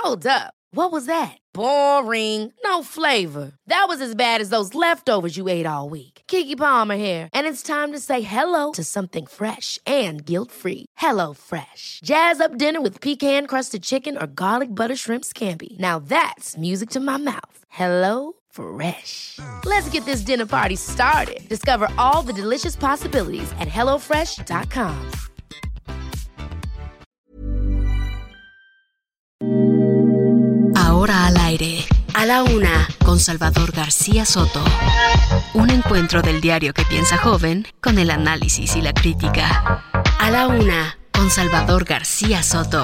Hold up. What was that? Boring. No flavor. That was as bad as those leftovers you ate all week. Keke Palmer here, and it's time to say hello to something fresh and guilt-free. Hello Fresh. Jazz up dinner with pecan-crusted chicken or garlic butter shrimp scampi. Now that's music to my mouth. Hello Fresh. Let's get this dinner party started. Discover all the delicious possibilities at hellofresh.com. Ahora al aire, a la una, con Salvador García Soto. Un encuentro del diario que piensa joven con el análisis y la crítica. A la una, con Salvador García Soto.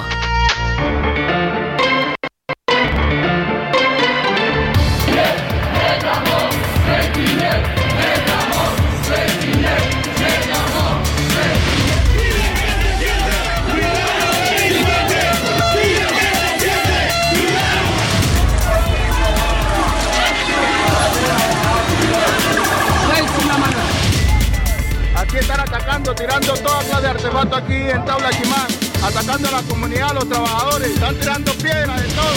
Aquí están atacando, tirando toda clase de artefactos aquí en Tabla Quimán, atacando a la comunidad, a los trabajadores, están tirando piedras de todo.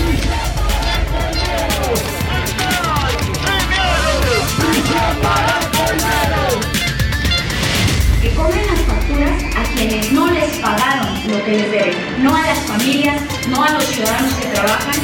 Que cobren las facturas a quienes no les pagaron lo que les deben, no a las familias, no a los ciudadanos que trabajan.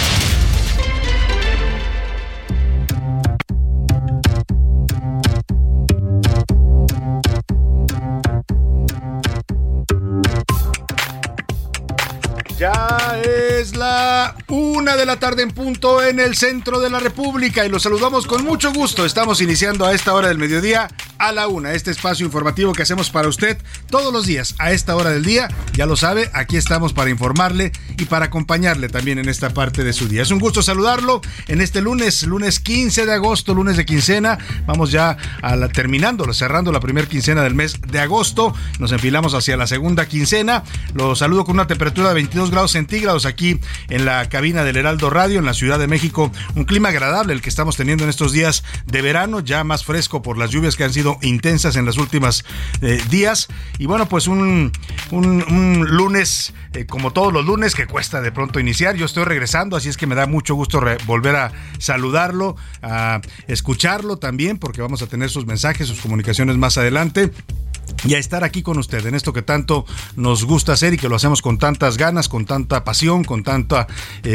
Ya es la 1:00 p.m. en punto en el centro de la República y los saludamos con mucho gusto. Estamos iniciando a esta hora del mediodía a la 1:00, este espacio informativo que hacemos para usted todos los días a esta hora del día. Ya lo sabe, aquí estamos para informarle y para acompañarle también en esta parte de su día. Es un gusto saludarlo en este lunes 15 de agosto, lunes de quincena. Vamos ya cerrando la primera quincena del mes de agosto. Nos enfilamos hacia la segunda quincena. Los saludo con una temperatura de 22 grados centígrados aquí en la cabina del Heraldo Radio en la Ciudad de México. Un clima agradable el que estamos teniendo en estos días de verano, ya más fresco por las lluvias que han sido intensas en los últimos días. Y bueno, pues un lunes como todos los lunes que cuesta de pronto iniciar. Yo estoy regresando, así es que me da mucho gusto volver a saludarlo, a escucharlo también, porque vamos a tener sus mensajes, sus comunicaciones más adelante. Y a estar aquí con usted en esto que tanto nos gusta hacer y que lo hacemos con tantas ganas, con tanta pasión, con tanto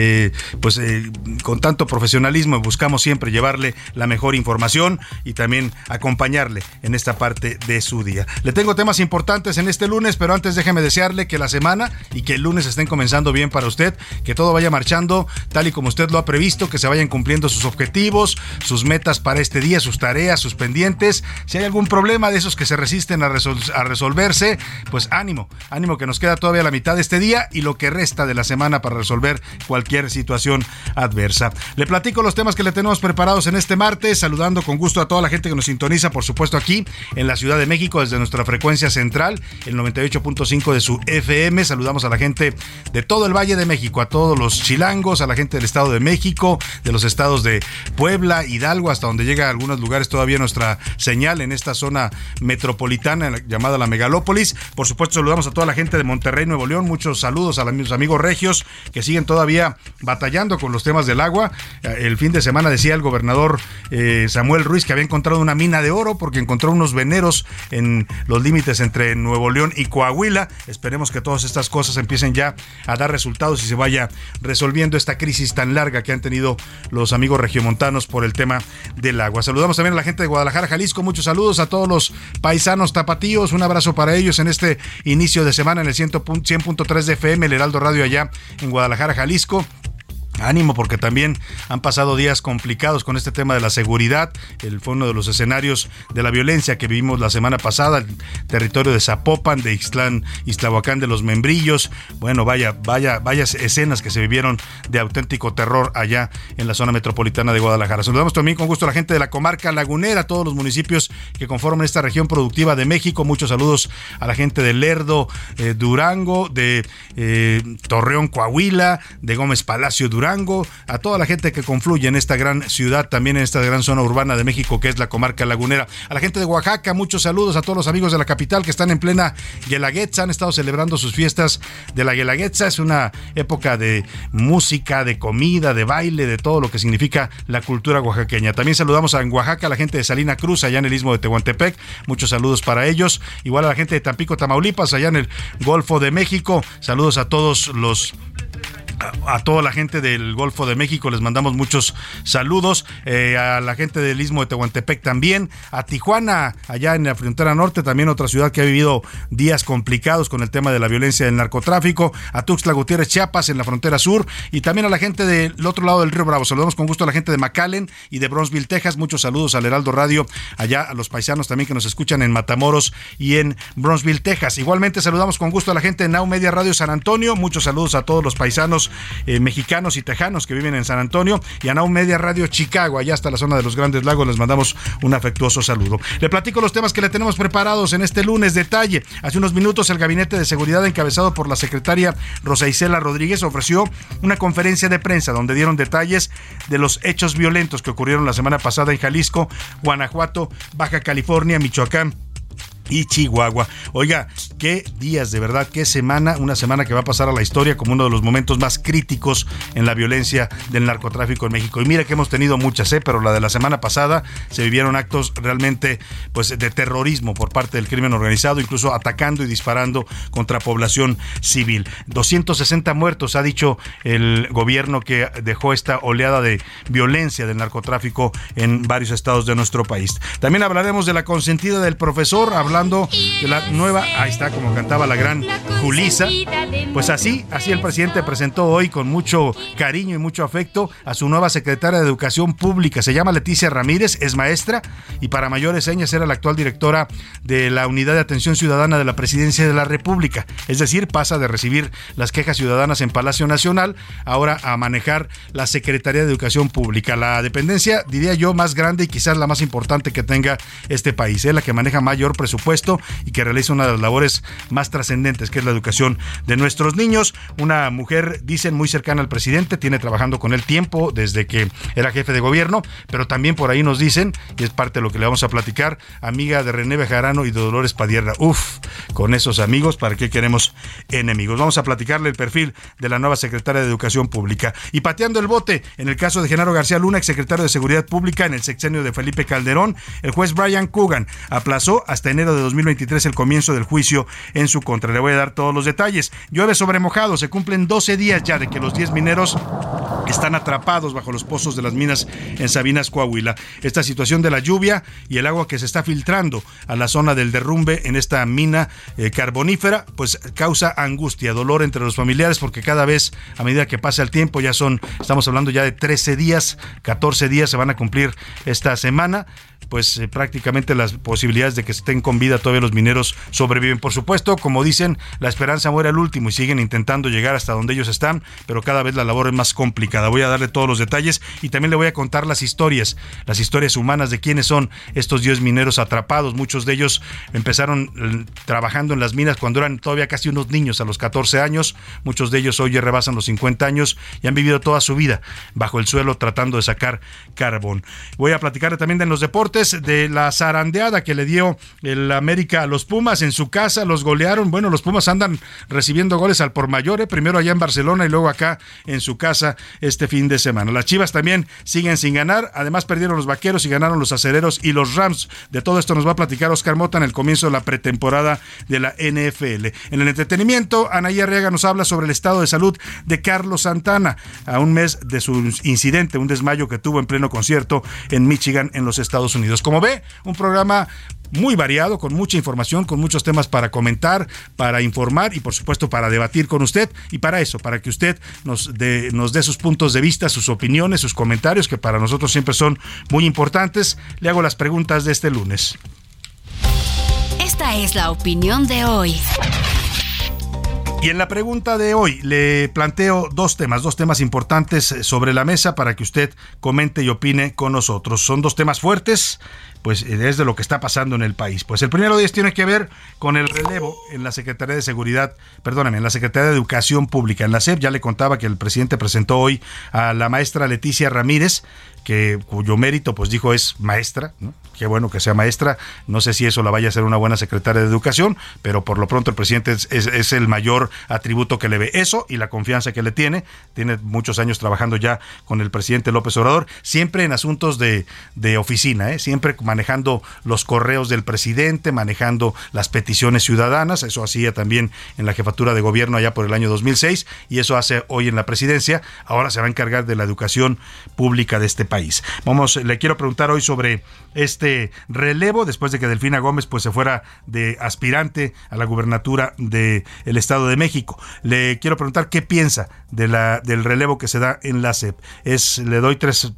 profesionalismo, y buscamos siempre llevarle la mejor información y también acompañarle en esta parte de su día. Le tengo temas importantes en este lunes, pero antes déjeme desearle que la semana y que el lunes estén comenzando bien para usted, que todo vaya marchando tal y como usted lo ha previsto, que se vayan cumpliendo sus objetivos, sus metas para este día, sus tareas, sus pendientes. Si hay algún problema de esos que se resisten a resolverse, pues ánimo que nos queda todavía la mitad de este día y lo que resta de la semana para resolver cualquier situación adversa. Le platico los temas que le tenemos preparados en este martes, saludando con gusto a toda la gente que nos sintoniza, por supuesto aquí en la Ciudad de México desde nuestra frecuencia central, el 98.5 de su FM. Saludamos a la gente de todo el Valle de México, a todos los chilangos, a la gente del Estado de México, de los estados de Puebla, Hidalgo, hasta donde llega a algunos lugares todavía nuestra señal en esta zona metropolitana llamada la megalópolis. Por supuesto, saludamos a toda la gente de Monterrey, Nuevo León. Muchos saludos a los amigos regios que siguen todavía batallando con los temas del agua. El fin de semana decía el gobernador Samuel Ruiz que había encontrado una mina de oro porque encontró unos veneros en los límites entre Nuevo León y Coahuila. Esperemos que todas estas cosas empiecen ya a dar resultados y se vaya resolviendo esta crisis tan larga que han tenido los amigos regiomontanos por el tema del agua. Saludamos también a la gente de Guadalajara, Jalisco. Muchos saludos a todos los paisanos tapatíos. Un abrazo para ellos en este inicio de semana en el 100.3 de FM, el Heraldo Radio allá en Guadalajara, Jalisco. Ánimo, porque también han pasado días complicados con este tema de la seguridad. Fue uno de los escenarios de la violencia que vivimos la semana pasada, el territorio de Zapopan, de Ixtlán, Ixtlahuacán, de los Membrillos. Bueno, vaya escenas que se vivieron de auténtico terror allá en la zona metropolitana de Guadalajara. Saludamos también con gusto a la gente de la comarca lagunera, todos los municipios que conforman esta región productiva de México. Muchos saludos a la gente de Lerdo, Durango, de Torreón, Coahuila, de Gómez Palacio, Durango, Durango, a toda la gente que confluye en esta gran ciudad, también en esta gran zona urbana de México que es la comarca lagunera. A la gente de Oaxaca, muchos saludos a todos los amigos de la capital que están en plena Guelaguetza, han estado celebrando sus fiestas de la Guelaguetza. Es una época de música, de comida, de baile, de todo lo que significa la cultura oaxaqueña. También saludamos en Oaxaca a la gente de Salina Cruz, allá en el istmo de Tehuantepec, muchos saludos para ellos. Igual a la gente de Tampico, Tamaulipas, allá en el Golfo de México, saludos a toda la gente del Golfo de México, les mandamos muchos saludos, a la gente del istmo de Tehuantepec también, a Tijuana, allá en la frontera norte, también otra ciudad que ha vivido días complicados con el tema de la violencia del narcotráfico, a Tuxtla Gutiérrez, Chiapas, en la frontera sur, y también a la gente del otro lado del Río Bravo. Saludamos con gusto a la gente de McAllen y de Bronzeville, Texas. Muchos saludos al Heraldo Radio, allá a los paisanos también que nos escuchan en Matamoros y en Bronzeville, Texas. Igualmente saludamos con gusto a la gente de Now Media Radio San Antonio. Muchos saludos a todos los paisanos mexicanos y tejanos que viven en San Antonio, y a Now Media Radio Chicago, allá hasta la zona de los Grandes Lagos, les mandamos un afectuoso saludo. Le platico los temas que le tenemos preparados en este lunes. Detalle: hace unos minutos el Gabinete de Seguridad, encabezado por la secretaria Rosa Isela Rodríguez, ofreció una conferencia de prensa donde dieron detalles de los hechos violentos que ocurrieron la semana pasada en Jalisco, Guanajuato, Baja California, Michoacán y Chihuahua. Oiga, qué días, de verdad, qué semana, una semana que va a pasar a la historia como uno de los momentos más críticos en la violencia del narcotráfico en México. Y mira que hemos tenido muchas, pero la de la semana pasada se vivieron actos realmente pues de terrorismo por parte del crimen organizado, incluso atacando y disparando contra población civil. 260 muertos, ha dicho el gobierno, que dejó esta oleada de violencia del narcotráfico en varios estados de nuestro país. También hablaremos de la consentida del profesor, hablando de la nueva, ahí está, como cantaba la gran Julisa. Pues así el presidente presentó hoy con mucho cariño y mucho afecto a su nueva secretaria de Educación Pública. Se llama Leticia Ramírez, es maestra y para mayores señas era la actual directora de la Unidad de Atención Ciudadana de la Presidencia de la República. Es decir, pasa de recibir las quejas ciudadanas en Palacio Nacional ahora a manejar la Secretaría de Educación Pública, la dependencia, diría yo, más grande y quizás la más importante que tenga este país, la que maneja mayor presupuesto y que realiza una de las labores más trascendentes, que es la educación de nuestros niños. Una mujer, dicen, muy cercana al presidente, tiene trabajando con él tiempo desde que era jefe de gobierno, pero también por ahí nos dicen, y es parte de lo que le vamos a platicar, amiga de René Bejarano y de Dolores Padierna. Con esos amigos, ¿para qué queremos enemigos? Vamos a platicarle el perfil de la nueva secretaria de Educación Pública. Y pateando el bote, en el caso de Genaro García Luna, exsecretario de Seguridad Pública en el sexenio de Felipe Calderón, el juez Brian Coogan aplazó hasta enero de 2023 el comienzo del juicio en su contra. Le voy a dar todos los detalles. Llueve sobre mojado, se cumplen 12 días ya de que los 10 mineros están atrapados bajo los pozos de las minas en Sabinas, Coahuila. Esta situación de la lluvia y el agua que se está filtrando a la zona del derrumbe en esta mina carbonífera, pues causa angustia, dolor entre los familiares, porque cada vez, a medida que pasa el tiempo, estamos hablando ya de 13 días, 14 días se van a cumplir esta semana, pues prácticamente las posibilidades de que estén con vida todavía los mineros sobreviven. Por supuesto, como dicen, la esperanza muere al último y siguen intentando llegar hasta donde ellos están, pero cada vez la labor es más complicada. Voy a darle todos los detalles y también le voy a contar las historias humanas de quiénes son estos 10 mineros atrapados. Muchos de ellos empezaron trabajando en las minas cuando eran todavía casi unos niños, a los 14 años. Muchos de ellos hoy ya rebasan los 50 años y han vivido toda su vida bajo el suelo tratando de sacar carbón. Voy a platicarle también de los deportes, de la zarandeada que le dio el América a los Pumas en su casa, los golearon. Bueno, los Pumas andan recibiendo goles al por mayor, primero allá en Barcelona y luego acá en su casa este fin de semana. Las Chivas también siguen sin ganar, además perdieron los Vaqueros y ganaron los Acereros y los Rams. De todo esto nos va a platicar Oscar Mota en el comienzo de la pretemporada de la NFL. En el entretenimiento, Anaí Arriaga nos habla sobre el estado de salud de Carlos Santana, a un mes de su incidente, un desmayo que tuvo en pleno concierto en Michigan, en los Estados Unidos. Como ve, un programa muy variado, con mucha información, con muchos temas para comentar, para informar y por supuesto para debatir con usted, y para eso, para que usted nos dé sus puntos de vista, sus opiniones, sus comentarios, que para nosotros siempre son muy importantes. Le hago las preguntas de este lunes. Esta es la opinión de hoy. Y en la pregunta de hoy le planteo dos temas importantes sobre la mesa para que usted comente y opine con nosotros. Son dos temas fuertes, pues es de lo que está pasando en el país. Pues el primero de ellos tiene que ver con el relevo en la Secretaría de en la Secretaría de Educación Pública, en la SEP. Ya le contaba que el presidente presentó hoy a la maestra Leticia Ramírez, cuyo mérito, pues dijo, es maestra, ¿no? Qué bueno que sea maestra. No sé si eso la vaya a hacer una buena secretaria de Educación, pero por lo pronto el presidente es el mayor atributo que le ve. Eso y la confianza que le tiene. Tiene muchos años trabajando ya con el presidente López Obrador, siempre en asuntos de oficina, siempre manejando los correos del presidente, manejando las peticiones ciudadanas. Eso hacía también en la jefatura de gobierno allá por el año 2006, y eso hace hoy en la presidencia. Ahora se va a encargar de la educación pública de este país. Le quiero preguntar hoy sobre este relevo después de que Delfina Gómez pues se fuera de aspirante a la gubernatura del Estado de México. Le quiero preguntar qué piensa del relevo que se da en la SEP. Le doy tres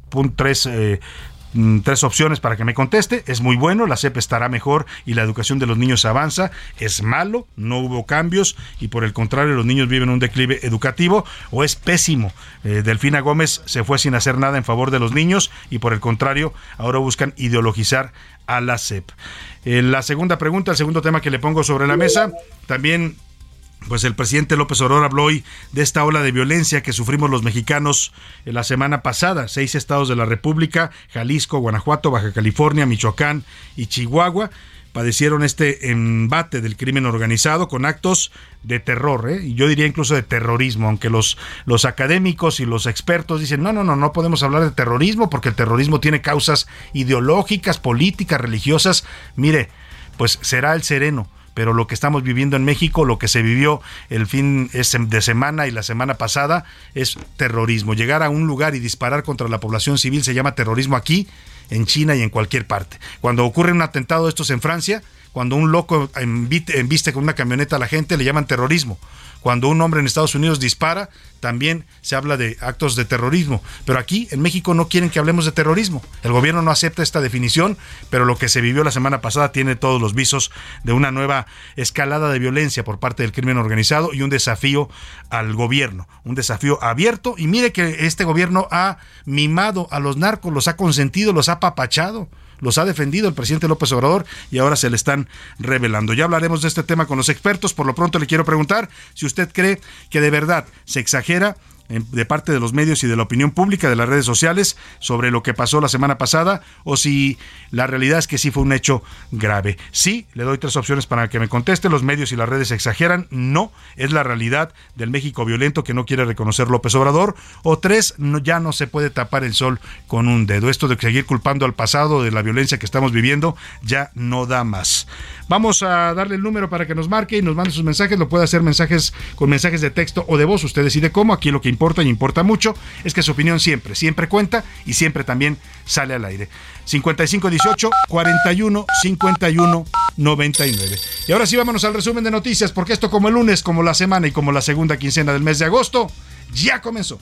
opciones para que me conteste. Es muy bueno, la SEP estará mejor y la educación de los niños avanza. Es malo, no hubo cambios y por el contrario los niños viven un declive educativo. O es pésimo, Delfina Gómez se fue sin hacer nada en favor de los niños y por el contrario ahora buscan ideologizar a la SEP. La segunda pregunta, el segundo tema que le pongo sobre la mesa, también pues el presidente López Obrador habló hoy de esta ola de violencia que sufrimos los mexicanos la semana pasada. 6 estados de la República, Jalisco, Guanajuato, Baja California, Michoacán y Chihuahua, padecieron este embate del crimen organizado con actos de terror, y yo diría incluso de terrorismo, aunque los académicos y los expertos dicen no podemos hablar de terrorismo porque el terrorismo tiene causas ideológicas, políticas, religiosas. Mire, pues será el sereno, pero lo que estamos viviendo en México, lo que se vivió el fin de semana y la semana pasada, es terrorismo. Llegar a un lugar y disparar contra la población civil se llama terrorismo aquí, en China y en cualquier parte. Cuando ocurre un atentado de estos en Francia, cuando un loco embiste con una camioneta a la gente, le llaman terrorismo. Cuando un hombre en Estados Unidos dispara, también se habla de actos de terrorismo. Pero aquí, en México, no quieren que hablemos de terrorismo. El gobierno no acepta esta definición, pero lo que se vivió la semana pasada tiene todos los visos de una nueva escalada de violencia por parte del crimen organizado y un desafío al gobierno, un desafío abierto. Y mire que este gobierno ha mimado a los narcos, los ha consentido, los ha apapachado. Los ha defendido el presidente López Obrador y ahora se le están revelando. Ya hablaremos de este tema con los expertos. Por lo pronto le quiero preguntar si usted cree que de verdad se exagera de parte de los medios y de la opinión pública, de las redes sociales, sobre lo que pasó la semana pasada, o si la realidad es que sí fue un hecho grave. Sí, le doy 3 opciones para que me conteste. Los medios y las redes exageran. No, es la realidad del México violento que no quiere reconocer López Obrador. O 3, ya no se puede tapar el sol con un dedo. Esto de seguir culpando al pasado de la violencia que estamos viviendo ya no da más. Vamos a darle el número para que nos marque y nos mande sus mensajes. Lo puede hacer con mensajes de texto o de voz. Usted decide cómo. Aquí lo que importa y importa mucho es que su opinión siempre cuenta y siempre también sale al aire. 5518 41 51 99. Y ahora sí, vámonos al resumen de noticias, porque esto, como el lunes, como la semana y como la segunda quincena del mes de agosto, ya comenzó.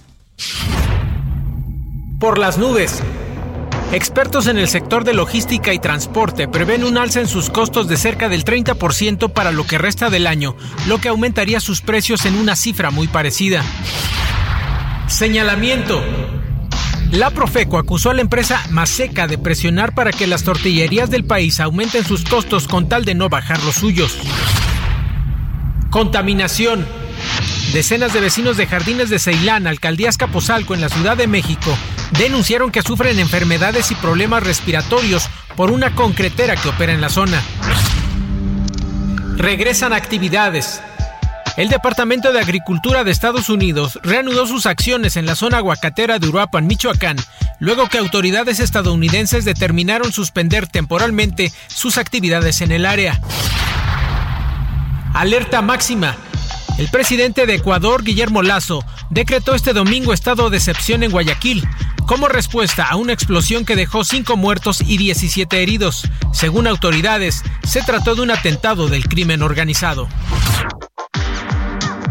Por las nubes. Expertos en el sector de logística y transporte prevén un alza en sus costos de cerca del 30% para lo que resta del año, lo que aumentaría sus precios en una cifra muy parecida. Señalamiento. La Profeco acusó a la empresa Maseca de presionar para que las tortillerías del país aumenten sus costos con tal de no bajar los suyos. Contaminación. Decenas de vecinos de Jardines de Ceilán, Alcaldía Azcapotzalco, en la Ciudad de México, denunciaron que sufren enfermedades y problemas respiratorios por una concretera que opera en la zona. Regresan actividades. El Departamento de Agricultura de Estados Unidos reanudó sus acciones en la zona aguacatera de Uruapan, Michoacán, luego que autoridades estadounidenses determinaron suspender temporalmente sus actividades en el área. Alerta máxima. El presidente de Ecuador, Guillermo Lasso, decretó este domingo estado de excepción en Guayaquil, como respuesta a una explosión que dejó 5 muertos y 17 heridos. Según autoridades, se trató de un atentado del crimen organizado.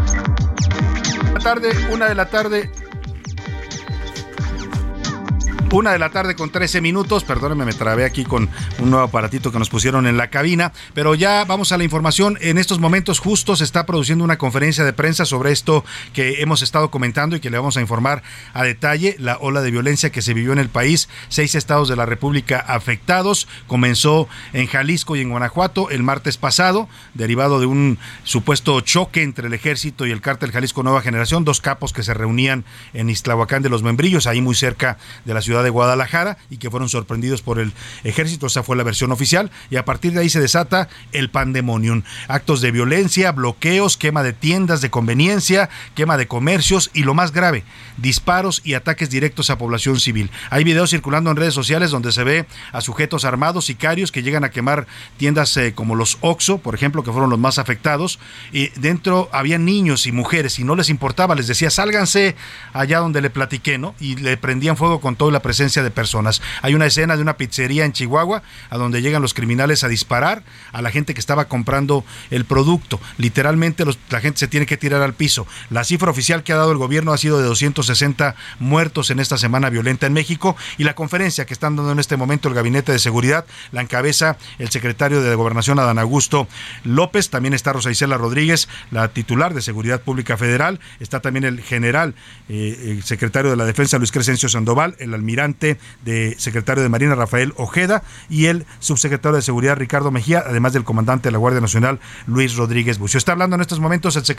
1 de la tarde. 1:13 p.m. Perdónenme, me trabé aquí con un nuevo aparatito que nos pusieron en la cabina, pero ya vamos a la información. En estos momentos justo se está produciendo una conferencia de prensa sobre esto que hemos estado comentando y que le vamos a informar a detalle, la ola de violencia que se vivió en el país. 6 estados de la República afectados. Comenzó en Jalisco y en Guanajuato el martes pasado, derivado de un supuesto choque entre el ejército y el cártel Jalisco Nueva Generación, 2 capos que se reunían en Ixtlahuacán de los Membrillos, ahí muy cerca de la ciudad de Guadalajara, y que fueron sorprendidos por el ejército. Esa fue la versión oficial, y a partir de ahí se desata el pandemonium. Actos de violencia, bloqueos, quema de tiendas de conveniencia, quema de comercios y, lo más grave, disparos y ataques directos a población civil. Hay videos circulando en redes sociales donde se ve a sujetos armados, sicarios, que llegan a quemar tiendas como los Oxxo, por ejemplo, que fueron los más afectados, y dentro había niños y mujeres y no les importaba, les decía sálganse allá donde le platiqué, ¿no? Y le prendían fuego con toda la presencia de personas. Hay una escena de una pizzería en Chihuahua a donde llegan los criminales a disparar a la gente que estaba comprando el producto. Literalmente la gente se tiene que tirar al piso. La cifra oficial que ha dado el gobierno ha sido de 260 muertos en esta semana violenta en México, y la conferencia que están dando en este momento el Gabinete de Seguridad la encabeza el secretario de Gobernación, Adán Augusto López. También está Rosa Isela Rodríguez, la titular de Seguridad Pública Federal. Está también el general el secretario de la Defensa, Luis Crescencio Sandoval, el almirante secretario de Marina, Rafael Ojeda, y el subsecretario de Seguridad, Ricardo Mejía, además del comandante de la Guardia Nacional, Luis Rodríguez Bucio. Está hablando en estos momentos el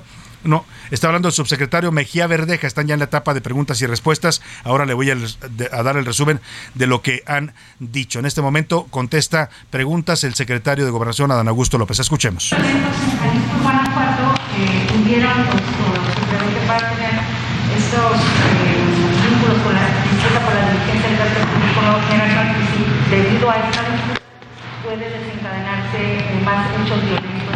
subsecretario Mejía Verdeja. Están ya en la etapa de preguntas y respuestas. Ahora le voy a dar el resumen de lo que han dicho. En este momento contesta preguntas el secretario de Gobernación, Adán Augusto López. Escuchemos. En Guanajuato tuvieron simplemente para tener estos vínculos con la dirigencia del cártel Jalisco Nueva Generación, y si debido a esta puede desencadenarse más hechos violentos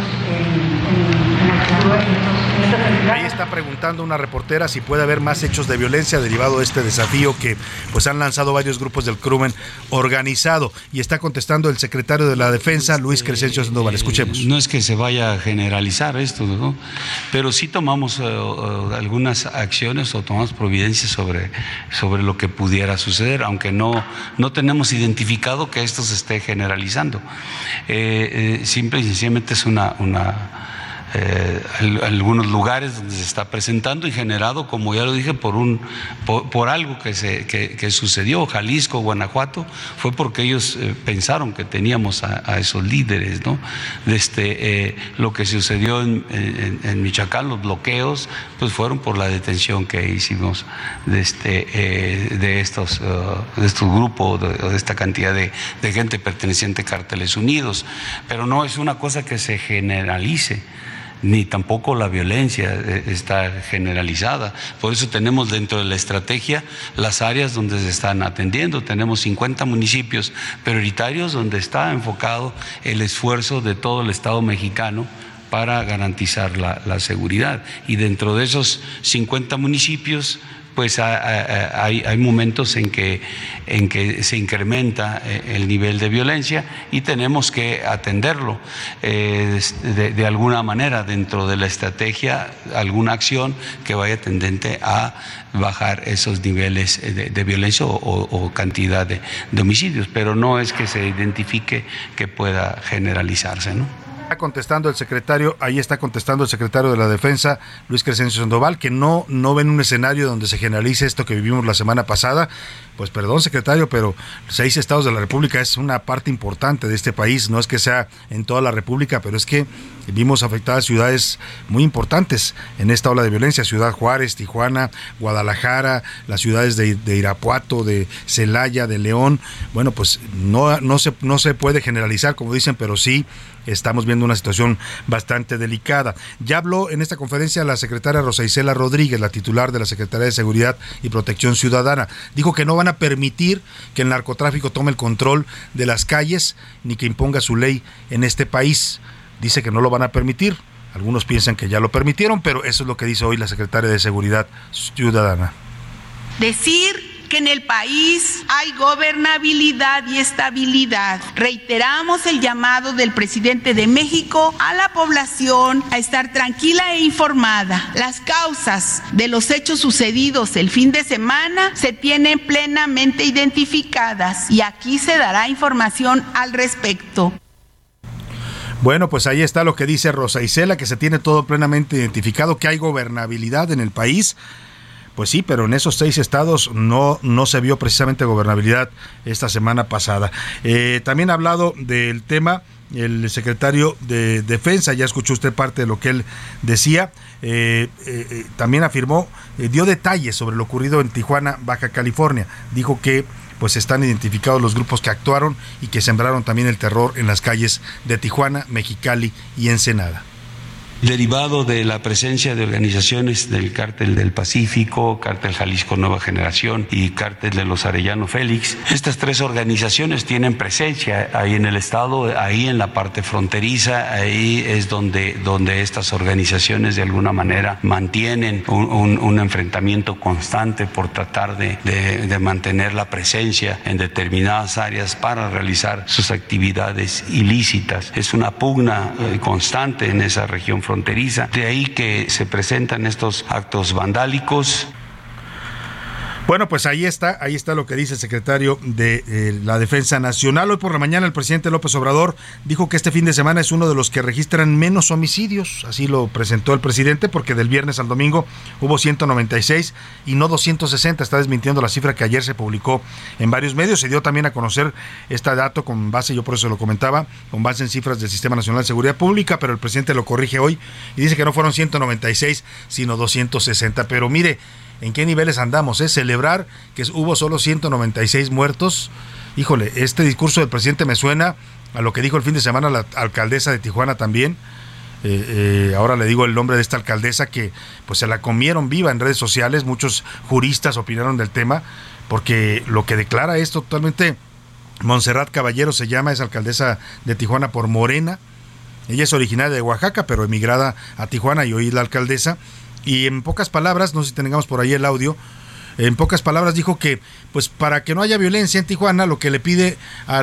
en la cultura, en estas entidades. Ahí está preguntando una reportera si puede haber más hechos de violencia derivado de este desafío que pues han lanzado varios grupos del crimen organizado, y está contestando el secretario de la Defensa, Luis Crescencio Sandoval. Escuchemos. No es que se vaya a generalizar esto, ¿no? Pero sí tomamos algunas acciones o tomamos providencias sobre lo que pudiera suceder, aunque no tenemos identificado que esto se esté generalizando. Simple y sencillamente es algunos lugares donde se está presentando y generado, como ya lo dije, por algo que sucedió. Jalisco, Guanajuato, fue porque ellos pensaron que teníamos a esos líderes, ¿no? Lo que sucedió en Michoacán, los bloqueos, pues fueron por la detención que hicimos de estos grupos, de esta cantidad de gente perteneciente a Cárteles Unidos. Pero no es una cosa que se generalice, ni tampoco la violencia está generalizada. Por eso tenemos dentro de la estrategia las áreas donde se están atendiendo. Tenemos 50 municipios prioritarios donde está enfocado el esfuerzo de todo el Estado mexicano para garantizar la seguridad. Y dentro de esos 50 municipios, pues hay momentos en que se incrementa el nivel de violencia y tenemos que atenderlo de alguna manera dentro de la estrategia, alguna acción que vaya tendente a bajar esos niveles de violencia o cantidad de homicidios, pero no es que se identifique que pueda generalizarse, ¿no? Está contestando el secretario de la Defensa, Luis Crescencio Sandoval, que no ven un escenario donde se generalice esto que vivimos la semana pasada. Pues perdón, secretario, pero 6 estados de la República es una parte importante de este país. No es que sea en toda la República, pero es que vimos afectadas ciudades muy importantes en esta ola de violencia. Ciudad Juárez, Tijuana, Guadalajara, las ciudades de Irapuato, de Celaya, de León. Bueno, pues no se puede generalizar, como dicen, pero sí estamos viendo una situación bastante delicada. Ya habló en esta conferencia la secretaria Rosa Isela Rodríguez, la titular de la Secretaría de Seguridad y Protección Ciudadana. Dijo que no van a permitir que el narcotráfico tome el control de las calles ni que imponga su ley en este país. Dice que no lo van a permitir. Algunos piensan que ya lo permitieron, pero eso es lo que dice hoy la secretaria de Seguridad Ciudadana. Decir que en el país hay gobernabilidad y estabilidad. Reiteramos el llamado del presidente de México a la población a estar tranquila e informada. Las causas de los hechos sucedidos el fin de semana se tienen plenamente identificadas y aquí se dará información al respecto. Bueno, pues ahí está lo que dice Rosa Isela, que se tiene todo plenamente identificado, que hay gobernabilidad en el país. Pues sí, pero en esos 6 estados no se vio precisamente gobernabilidad esta semana pasada. También ha hablado del tema el secretario de Defensa, ya escuchó usted parte de lo que él decía. También afirmó, dio detalles sobre lo ocurrido en Tijuana, Baja California. Dijo que pues están identificados los grupos que actuaron y que sembraron también el terror en las calles de Tijuana, Mexicali y Ensenada. Derivado de la presencia de organizaciones del Cártel del Pacífico, Cártel Jalisco Nueva Generación y Cártel de los Arellano Félix. Estas 3 organizaciones tienen presencia ahí en el estado, ahí en la parte fronteriza, ahí es donde estas organizaciones de alguna manera mantienen un enfrentamiento constante por tratar de mantener la presencia en determinadas áreas para realizar sus actividades ilícitas. Es una pugna constante en esa región fronteriza, de ahí que se presentan estos actos vandálicos. Bueno, pues ahí está lo que dice el secretario de la Defensa Nacional. Hoy por la mañana el presidente López Obrador dijo que este fin de semana es uno de los que registran menos homicidios, así lo presentó el presidente, porque del viernes al domingo hubo 196 y no 260, está desmintiendo la cifra que ayer se publicó en varios medios. Se dio también a conocer este dato con base, yo por eso lo comentaba, con base en cifras del Sistema Nacional de Seguridad Pública, pero el presidente lo corrige hoy y dice que no fueron 196, sino 260, pero mire, ¿en qué niveles andamos? Celebrar que hubo solo 196 muertos. Híjole, este discurso del presidente me suena a lo que dijo el fin de semana la alcaldesa de Tijuana también. Ahora le digo el nombre de esta alcaldesa, que pues se la comieron viva en redes sociales. Muchos juristas opinaron del tema, porque lo que declara es totalmente... Montserrat Caballero se llama, es alcaldesa de Tijuana por Morena. Ella es originaria de Oaxaca, pero emigrada a Tijuana, y hoy es la alcaldesa. Y en pocas palabras, no sé si tengamos por ahí el audio, en pocas palabras dijo que pues para que no haya violencia en Tijuana, lo que le pide a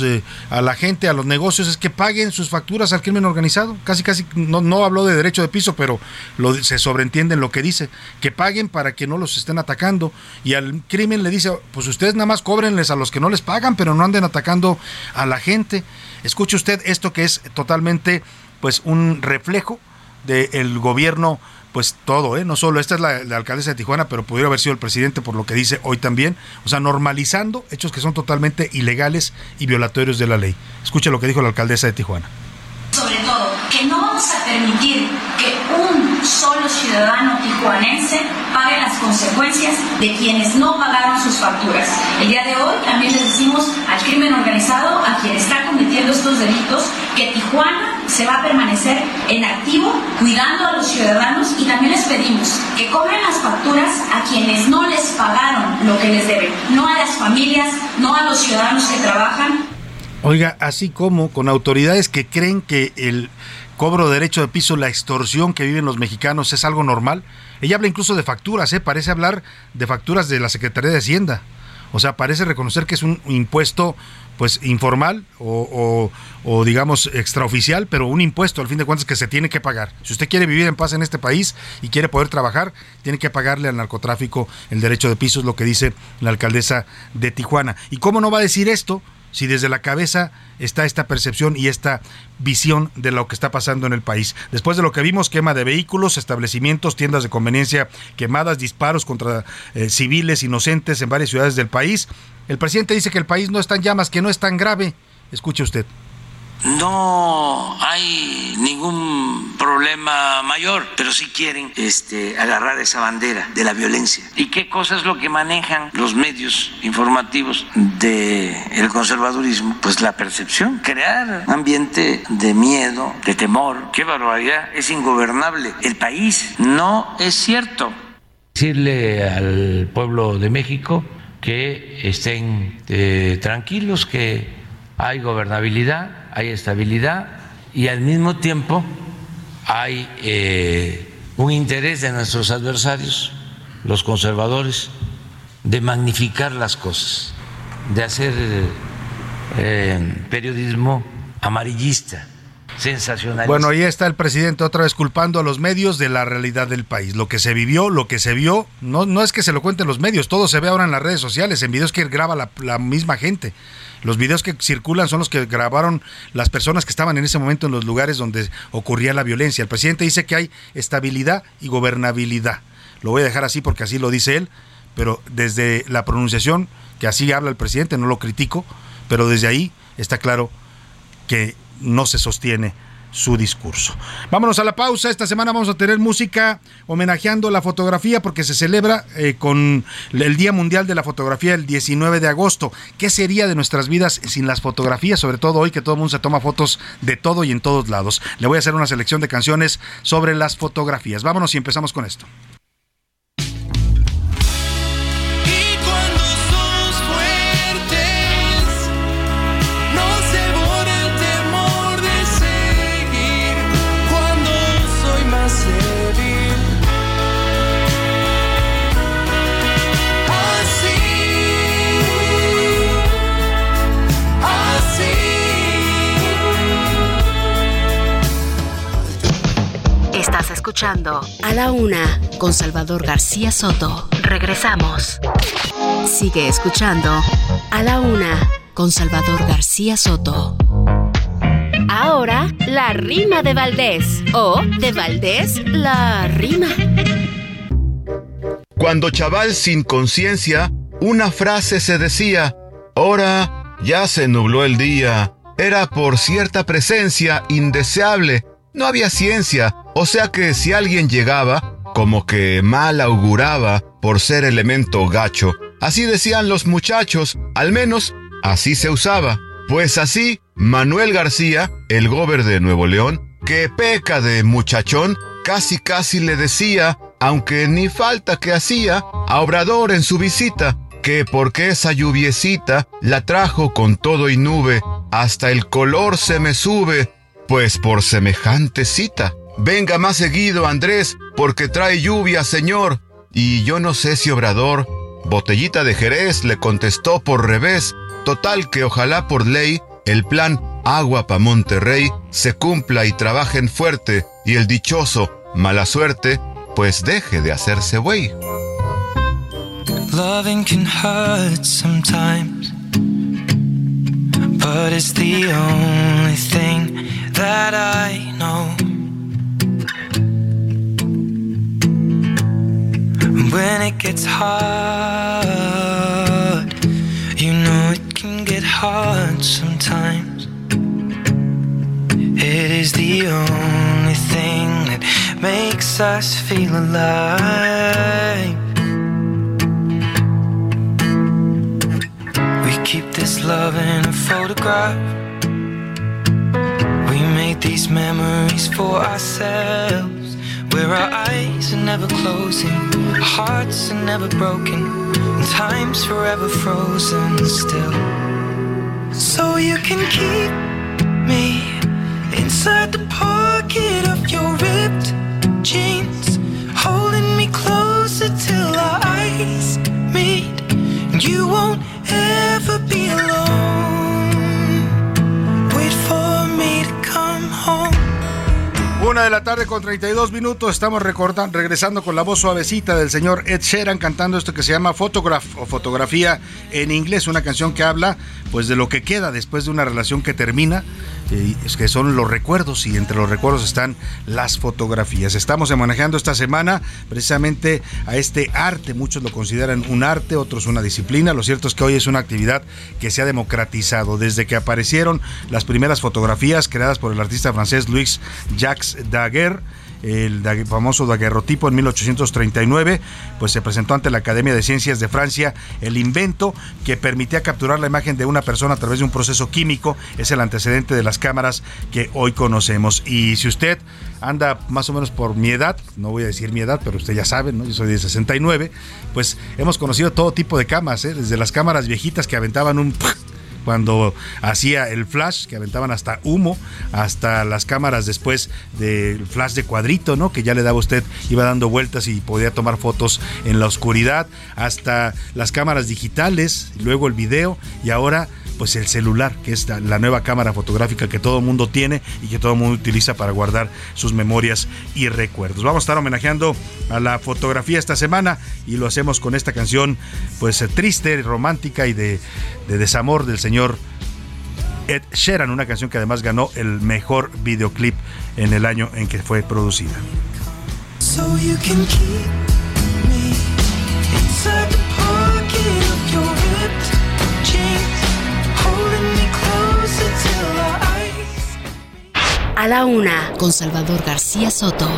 la gente, a los negocios, es que paguen sus facturas al crimen organizado. Casi no habló de derecho de piso, pero se sobreentiende en lo que dice, que paguen para que no los estén atacando. Y al crimen le dice, pues ustedes nada más cóbrenles a los que no les pagan, pero no anden atacando a la gente. Escuche usted esto, que es totalmente pues un reflejo del gobierno. Pues todo, no solo esta es la alcaldesa de Tijuana, pero pudiera haber sido el presidente, por lo que dice hoy también, o sea, normalizando hechos que son totalmente ilegales y violatorios de la ley. Escuche lo que dijo la alcaldesa de Tijuana. Sobre todo, que no vamos a permitir que un solo ciudadano tijuanense pague las consecuencias de quienes no pagaron sus facturas. El día de hoy también les decimos al crimen organizado, a quien está cometiendo estos delitos, que Tijuana se va a permanecer en activo, cuidando a los ciudadanos, y también les pedimos que cobren las facturas a quienes no les pagaron lo que les deben, no a las familias, no a los ciudadanos que trabajan. Oiga, así como con autoridades que creen que el cobro de derecho de piso, la extorsión que viven los mexicanos es algo normal. Ella habla incluso de facturas, parece hablar de facturas de la Secretaría de Hacienda. O sea, parece reconocer que es un impuesto pues informal o digamos extraoficial, pero un impuesto al fin de cuentas que se tiene que pagar. Si usted quiere vivir en paz en este país y quiere poder trabajar, tiene que pagarle al narcotráfico el derecho de piso, es lo que dice la alcaldesa de Tijuana. ¿Y cómo no va a decir esto si desde la cabeza está esta percepción y esta visión de lo que está pasando en el país? Después de lo que vimos, quema de vehículos, establecimientos, tiendas de conveniencia quemadas, disparos contra civiles inocentes en varias ciudades del país, el presidente dice que el país no está en llamas, que no es tan grave. Escuche usted. No hay ningún problema mayor, pero sí quieren agarrar esa bandera de la violencia. ¿Y qué cosa es lo que manejan los medios informativos del conservadurismo? Pues la percepción, crear un ambiente de miedo, de temor. ¡Qué barbaridad! Es ingobernable. El país no es cierto. Decirle al pueblo de México que estén tranquilos, que hay gobernabilidad, hay estabilidad, y al mismo tiempo hay un interés de nuestros adversarios, los conservadores, de magnificar las cosas, de hacer periodismo amarillista, sensacionalista. Bueno, ahí está el presidente otra vez culpando a los medios de la realidad del país. Lo que se vivió, lo que se vio, no es que se lo cuenten los medios, todo se ve ahora en las redes sociales, en videos que graba la misma gente. Los videos que circulan son los que grabaron las personas que estaban en ese momento en los lugares donde ocurría la violencia. El presidente dice que hay estabilidad y gobernabilidad. Lo voy a dejar así porque así lo dice él, pero desde la pronunciación, que así habla el presidente, no lo critico, pero desde ahí está claro que no se sostiene su discurso. Vámonos a la pausa. Esta semana vamos a tener música homenajeando la fotografía porque se celebra con el Día Mundial de la Fotografía el 19 de agosto. ¿Qué sería de nuestras vidas sin las fotografías? Sobre todo hoy que todo el mundo se toma fotos de todo y en todos lados. Le voy a hacer una selección de canciones sobre las fotografías. Vámonos y empezamos con esto. Estás escuchando A la Una con Salvador García Soto. Regresamos. Sigue escuchando A la Una con Salvador García Soto. Ahora, la rima de Valdés. O de Valdés, la rima. Cuando chaval sin conciencia, una frase se decía: "Ahora ya se nubló el día". Era por cierta presencia indeseable. No había ciencia, o sea que si alguien llegaba, como que mal auguraba por ser elemento gacho. Así decían los muchachos, al menos así se usaba. Pues así, Manuel García, el gober de Nuevo León, que peca de muchachón, casi le decía, aunque ni falta que hacía, a Obrador en su visita, que porque esa lluviecita la trajo con todo y nube, hasta el color se me sube, pues por semejante cita. Venga más seguido, Andrés, porque trae lluvia, señor. Y yo no sé si Obrador, botellita de Jerez, le contestó por revés. Total que ojalá por ley el plan Agua pa' Monterrey se cumpla y trabajen fuerte, y el dichoso mala suerte pues deje de hacerse güey. Loving can hurt sometimes, but it's the only thing that I know. When it gets hard, you know it can get hard sometimes. It is the only thing that makes us feel alive. We keep this love in a photograph. We made these memories for ourselves, where our eyes are never closing, our hearts are never broken, and time's forever frozen still. So you can keep me inside the pocket of your ripped jeans, holding me closer till our eyes meet, and you won't ever be alone. Wait for me to come home. 1:32 p.m. Estamos regresando con la voz suavecita del señor Ed Sheeran cantando esto que se llama Photograph o Fotografía en inglés, una canción que habla pues de lo que queda después de una relación que termina, que son los recuerdos, y entre los recuerdos están las fotografías. Estamos manejando esta semana precisamente a este arte. Muchos lo consideran un arte, otros una disciplina. Lo cierto es que hoy es una actividad que se ha democratizado desde que aparecieron las primeras fotografías creadas por el artista francés Louis Jacques Daguerre. El famoso daguerrotipo en 1839, pues se presentó ante la Academia de Ciencias de Francia el invento que permitía capturar la imagen de una persona a través de un proceso químico. Es el antecedente de las cámaras que hoy conocemos. Y si usted anda más o menos por mi edad, no voy a decir mi edad, pero usted ya sabe, ¿no? Yo soy de 69, pues hemos conocido todo tipo de cámaras, desde las cámaras viejitas que aventaban un cuando hacía el flash, que aventaban hasta humo, hasta las cámaras después del flash de cuadrito, ¿no? Que ya le daba usted, iba dando vueltas y podía tomar fotos en la oscuridad, hasta las cámaras digitales, luego el video, y ahora pues el celular, que es la nueva cámara fotográfica que todo el mundo tiene y que todo el mundo utiliza para guardar sus memorias y recuerdos. Vamos a estar homenajeando a la fotografía esta semana y lo hacemos con esta canción pues triste, romántica y de desamor del señor Ed Sheeran, una canción que además ganó el mejor videoclip en el año en que fue producida. So you can keep me inside the pocket of your ripped jeans, holding me closer till our eyes. A la una, con Salvador García Soto.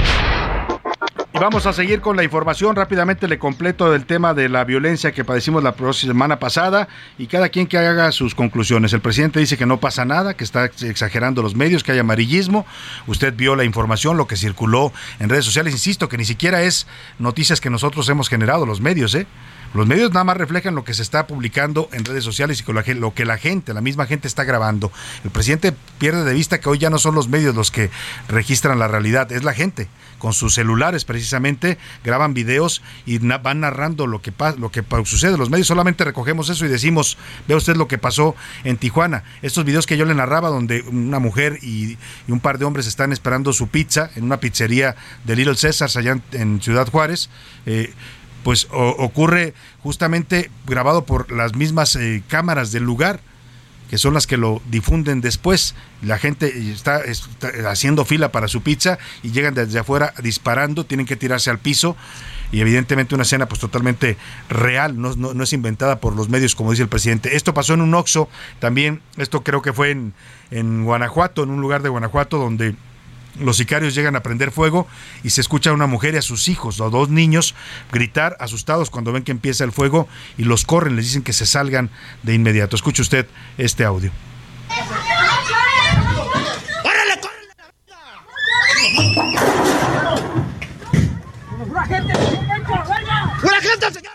Y vamos a seguir con la información. Rápidamente le completo el tema de la violencia que padecimos la semana pasada y cada quien que haga sus conclusiones. El presidente dice que no pasa nada, que está exagerando los medios, que hay amarillismo. Usted vio la información, lo que circuló en redes sociales. Insisto que ni siquiera es noticias que nosotros hemos generado, los medios, Los medios nada más reflejan lo que se está publicando en redes sociales y lo que la misma gente está grabando. El presidente pierde de vista que hoy ya no son los medios los que registran la realidad, es la gente. Con sus celulares precisamente graban videos y van narrando lo que sucede. Los medios solamente recogemos eso y decimos, vea usted lo que pasó en Tijuana. Estos videos que yo le narraba donde una mujer y un par de hombres están esperando su pizza en una pizzería de Little Caesars allá en Ciudad Juárez, pues ocurre justamente grabado por las mismas cámaras del lugar, que son las que lo difunden después. La gente está haciendo fila para su pizza y llegan desde afuera disparando, tienen que tirarse al piso y evidentemente una escena pues totalmente real, no es inventada por los medios como dice el presidente. Esto pasó en un Oxxo, también esto creo que fue en Guanajuato, en un lugar de Guanajuato donde los sicarios llegan a prender fuego y se escucha a una mujer y a sus hijos, a 2 niños, gritar asustados cuando ven que empieza el fuego y los corren, les dicen que se salgan de inmediato. Escuche usted este audio. ¡Córrele, ¡Pura gente, señor!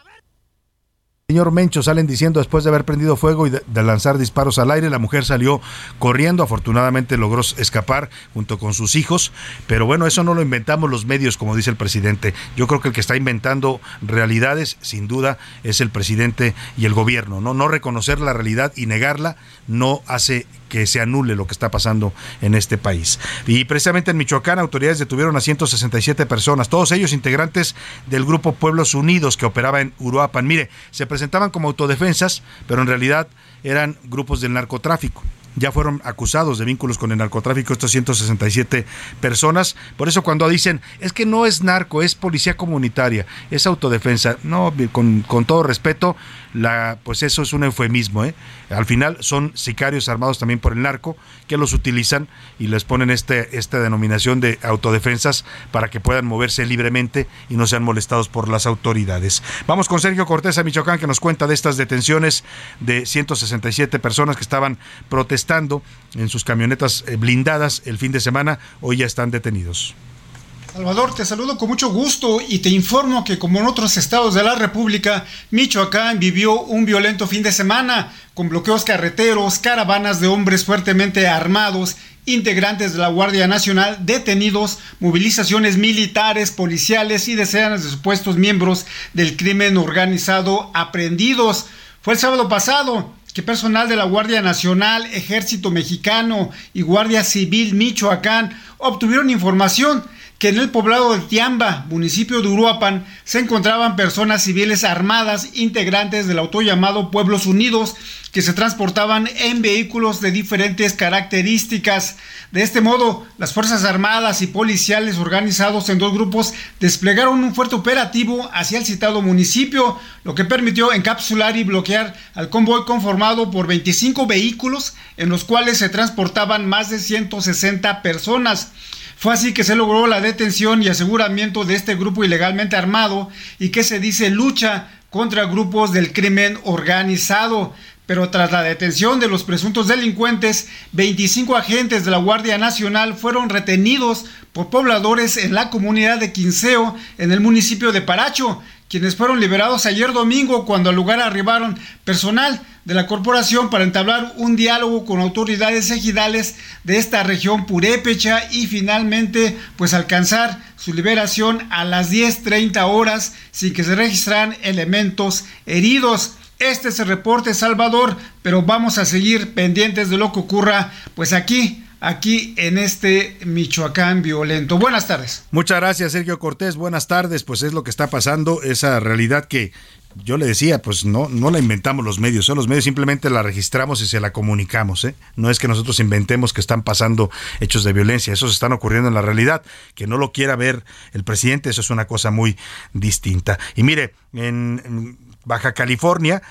Señor Mencho, salen diciendo después de haber prendido fuego y de lanzar disparos al aire. La mujer salió corriendo, afortunadamente logró escapar junto con sus hijos, pero bueno, eso no lo inventamos los medios, como dice el presidente. Yo creo que el que está inventando realidades, sin duda, es el presidente y el gobierno, ¿no? No reconocer la realidad y negarla no hace que se anule lo que está pasando en este país. Y precisamente en Michoacán, autoridades detuvieron a 167 personas, todos ellos integrantes del grupo Pueblos Unidos que operaba en Uruapan. Mire, se presentaban como autodefensas, pero en realidad eran grupos del narcotráfico. Ya fueron acusados de vínculos con el narcotráfico estos 167 personas. Por eso cuando dicen, es que no es narco, es policía comunitaria, es autodefensa. No, con todo respeto, pues eso es un eufemismo, Al final son sicarios armados también por el narco que los utilizan y les ponen esta denominación de autodefensas para que puedan moverse libremente y no sean molestados por las autoridades. Vamos con Sergio Cortés a Michoacán, que nos cuenta de estas detenciones de 167 personas que estaban protestando en sus camionetas blindadas el fin de semana. Hoy ya están detenidos. Salvador, te saludo con mucho gusto y te informo que como en otros estados de la República, Michoacán vivió un violento fin de semana con bloqueos carreteros, caravanas de hombres fuertemente armados, integrantes de la Guardia Nacional detenidos, movilizaciones militares, policiales y decenas de supuestos miembros del crimen organizado aprehendidos. Fue el sábado pasado que personal de la Guardia Nacional, Ejército Mexicano y Guardia Civil Michoacán obtuvieron información que en el poblado de Tiamba, municipio de Uruapan, se encontraban personas civiles armadas integrantes del auto llamado Pueblos Unidos que se transportaban en vehículos de diferentes características. De este modo, las Fuerzas Armadas y policiales organizados en 2 grupos desplegaron un fuerte operativo hacia el citado municipio, lo que permitió encapsular y bloquear al convoy conformado por 25 vehículos en los cuales se transportaban más de 160 personas. Fue así que se logró la detención y aseguramiento de este grupo ilegalmente armado y que se dice lucha contra grupos del crimen organizado. Pero tras la detención de los presuntos delincuentes, 25 agentes de la Guardia Nacional fueron retenidos por pobladores en la comunidad de Quinceo, en el municipio de Paracho, quienes fueron liberados ayer domingo cuando al lugar arribaron personal de la corporación para entablar un diálogo con autoridades ejidales de esta región purépecha y finalmente pues alcanzar su liberación a las 10:30 horas sin que se registraran elementos heridos. Este es el reporte, Salvador, pero vamos a seguir pendientes de lo que ocurra pues aquí en este Michoacán violento. Buenas tardes. Muchas gracias, Sergio Cortés. Buenas tardes. Pues es lo que está pasando, esa realidad que yo le decía, pues no la inventamos los medios, los medios simplemente la registramos y se la comunicamos, No es que nosotros inventemos que están pasando hechos de violencia, esos están ocurriendo en la realidad. Que no lo quiera ver el presidente, eso es una cosa muy distinta. Y mire, en Baja California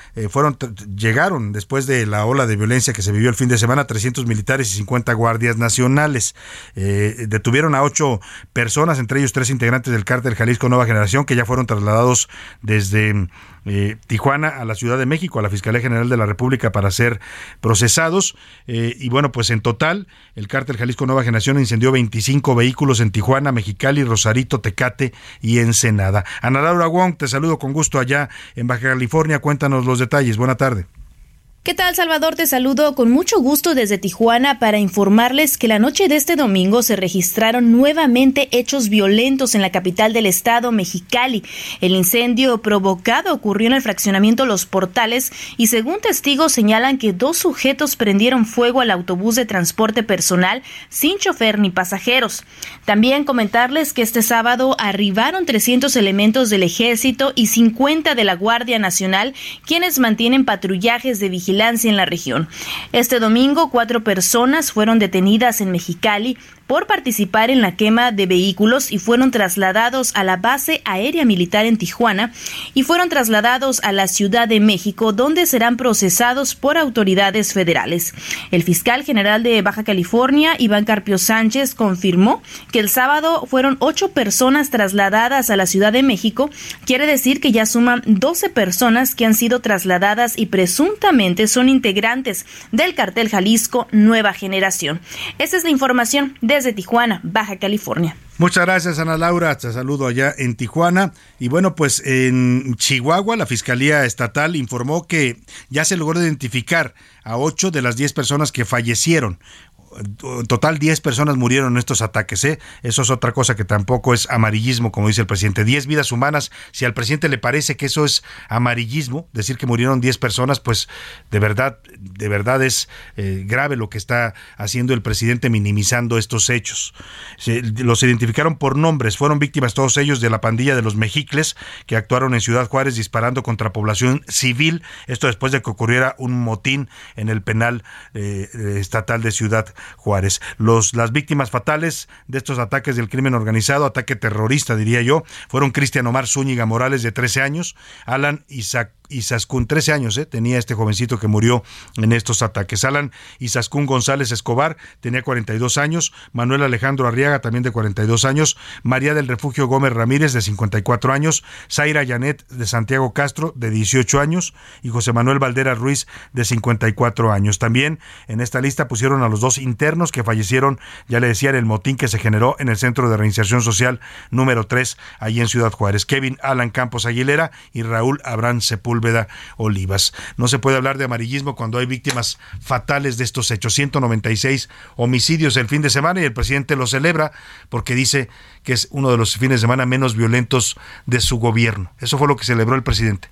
llegaron después de la ola de violencia que se vivió el fin de semana 300 militares y 50 guardias nacionales. Detuvieron a 8 personas, entre ellos 3 integrantes del cártel Jalisco Nueva Generación, que ya fueron trasladados desde Tijuana a la Ciudad de México, a la Fiscalía General de la República, para ser procesados. Y bueno, pues en total el cártel Jalisco Nueva Generación incendió 25 vehículos en Tijuana, Mexicali, Rosarito, Tecate y Ensenada. Ana Laura Wong, te saludo con gusto allá en Baja California. Cuéntanos los detalles. Buena tarde. ¿Qué tal, Salvador? Te saludo con mucho gusto desde Tijuana para informarles que la noche de este domingo se registraron nuevamente hechos violentos en la capital del estado, Mexicali. El incendio provocado ocurrió en el fraccionamiento Los Portales y según testigos señalan que 2 sujetos prendieron fuego al autobús de transporte personal sin chofer ni pasajeros. También comentarles que este sábado arribaron 300 elementos del Ejército y 50 de la Guardia Nacional, quienes mantienen patrullajes de vigilancia en la región. Este domingo, 4 personas fueron detenidas en Mexicali por participar en la quema de vehículos y fueron trasladados a la base aérea militar en Tijuana y fueron trasladados a la Ciudad de México, donde serán procesados por autoridades federales. El fiscal general de Baja California, Iván Carpio Sánchez, confirmó que el sábado fueron 8 personas trasladadas a la Ciudad de México. Quiere decir que ya suman 12 personas que han sido trasladadas y presuntamente son integrantes del cartel Jalisco Nueva Generación. Esa es la información desde Tijuana, Baja California. Muchas gracias, Ana Laura. Te saludo allá en Tijuana. Y bueno, pues en Chihuahua, la Fiscalía Estatal informó que ya se logró identificar a 8 de las 10 personas que fallecieron. En total 10 personas murieron en estos ataques, Eso es otra cosa que tampoco es amarillismo, como dice el presidente. 10 vidas humanas. Si al presidente le parece que eso es amarillismo, decir que murieron 10 personas, pues de verdad es grave lo que está haciendo el presidente, minimizando estos hechos. Los identificaron por nombres. Fueron víctimas todos ellos de la pandilla de los Mexicles, que actuaron en Ciudad Juárez disparando contra población civil. Esto después de que ocurriera un motín en el penal estatal de Ciudad Juárez. Las víctimas fatales de estos ataques del crimen organizado, ataque terrorista diría yo, fueron Cristian Omar Zúñiga Morales, de 13 años, Alan Izaskun, 13 años, tenía este jovencito que murió en estos ataques. Alan Izaskun González Escobar tenía 42 años, Manuel Alejandro Arriaga, también de 42 años, María del Refugio Gómez Ramírez, de 54 años, Zaira Janet de Santiago Castro, de 18 años, y José Manuel Valderas Ruiz, de 54 años. También en esta lista pusieron a los 2 internos que fallecieron, ya le decía, en el motín que se generó en el Centro de Reinserción Social número 3, allí en Ciudad Juárez. Kevin Alan Campos Aguilera y Raúl Abraham Sepúlveda Olivas. No se puede hablar de amarillismo cuando hay víctimas fatales de estos hechos. 196 homicidios el fin de semana y el presidente lo celebra porque dice que es uno de los fines de semana menos violentos de su gobierno. Eso fue lo que celebró el presidente.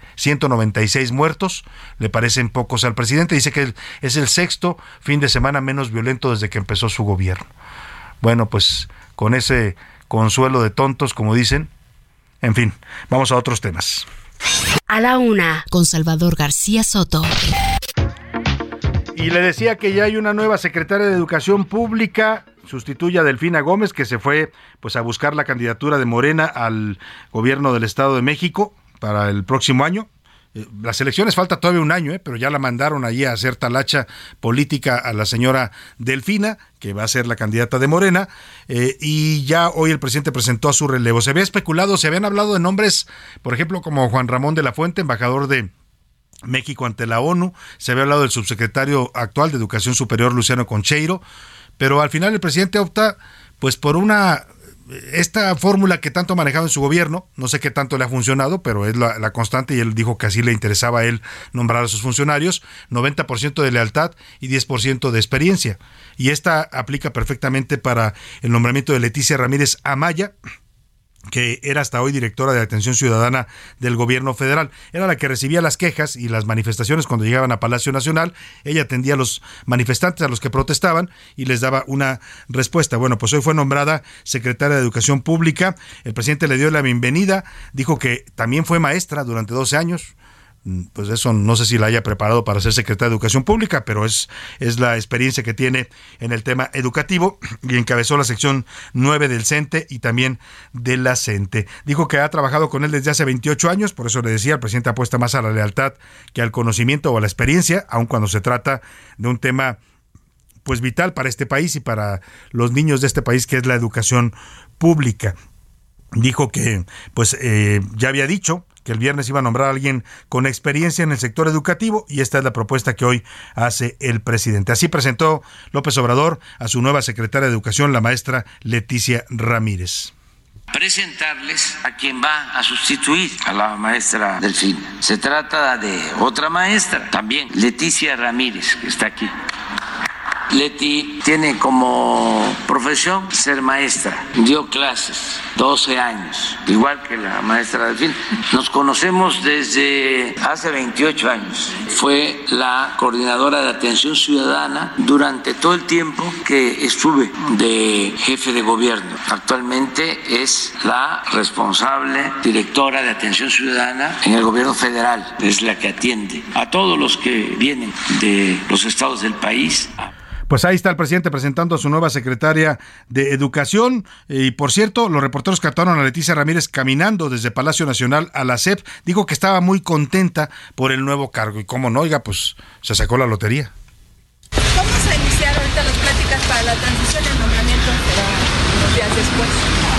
196 muertos, le parecen pocos al presidente. Dice que es el 6º fin de semana menos violento desde que empezó su gobierno. Bueno, pues con ese consuelo de tontos, como dicen, en fin, vamos a otros temas. A la una, con Salvador García Soto. Y le decía que ya hay una nueva secretaria de Educación Pública, sustituye a Delfina Gómez, que se fue pues a buscar la candidatura de Morena al gobierno del Estado de México para el próximo año. Las elecciones falta todavía un año, pero ya la mandaron allí a hacer talacha política a la señora Delfina, que va a ser la candidata de Morena, y ya hoy el presidente presentó a su relevo. Se había especulado, se habían hablado de nombres, por ejemplo, como Juan Ramón de la Fuente, embajador de México ante la ONU, se había hablado del subsecretario actual de Educación Superior, Luciano Concheiro, pero al final el presidente opta pues por una esta fórmula que tanto ha manejado en su gobierno, no sé qué tanto le ha funcionado, pero es la constante, y él dijo que así le interesaba a él nombrar a sus funcionarios, 90% de lealtad y 10% de experiencia. Y esta aplica perfectamente para el nombramiento de Leticia Ramírez Amaya, que era hasta hoy directora de Atención Ciudadana del gobierno federal. Era la que recibía las quejas y las manifestaciones cuando llegaban a Palacio Nacional. Ella atendía a los manifestantes, a los que protestaban, y les daba una respuesta. Bueno, pues hoy fue nombrada secretaria de Educación Pública. El presidente le dio la bienvenida, dijo que también fue maestra durante 12 años. Pues eso no sé si la haya preparado para ser secretaria de Educación Pública, pero es la experiencia que tiene en el tema educativo, y encabezó la sección 9 del CENTE y también de la CENTE. Dijo que ha trabajado con él desde hace 28 años, por eso le decía, el presidente apuesta más a la lealtad que al conocimiento o a la experiencia, aun cuando se trata de un tema pues vital para este país y para los niños de este país, que es la educación pública. Dijo que pues ya había dicho que el viernes iba a nombrar a alguien con experiencia en el sector educativo, y esta es la propuesta que hoy hace el presidente. Así presentó López Obrador a su nueva secretaria de Educación, la maestra Leticia Ramírez. Presentarles a quien va a sustituir a la maestra Delfina. Se trata de otra maestra, también Leticia Ramírez, que está aquí. Leti tiene como profesión ser maestra, dio clases 12 años, igual que la maestra Delfín. Nos conocemos desde hace 28 años. Fue la coordinadora de Atención Ciudadana durante todo el tiempo que estuve de jefe de gobierno. Actualmente es la responsable directora de Atención Ciudadana en el gobierno federal. Es la que atiende a todos los que vienen de los estados del país. Pues ahí está el presidente presentando a su nueva secretaria de Educación. Y por cierto, los reporteros captaron a Leticia Ramírez caminando desde Palacio Nacional a la SEP. Dijo que estaba muy contenta por el nuevo cargo. Y cómo no, oiga, pues se sacó la lotería. Vamos a iniciar ahorita las pláticas para la transición y el nombramiento unos días después.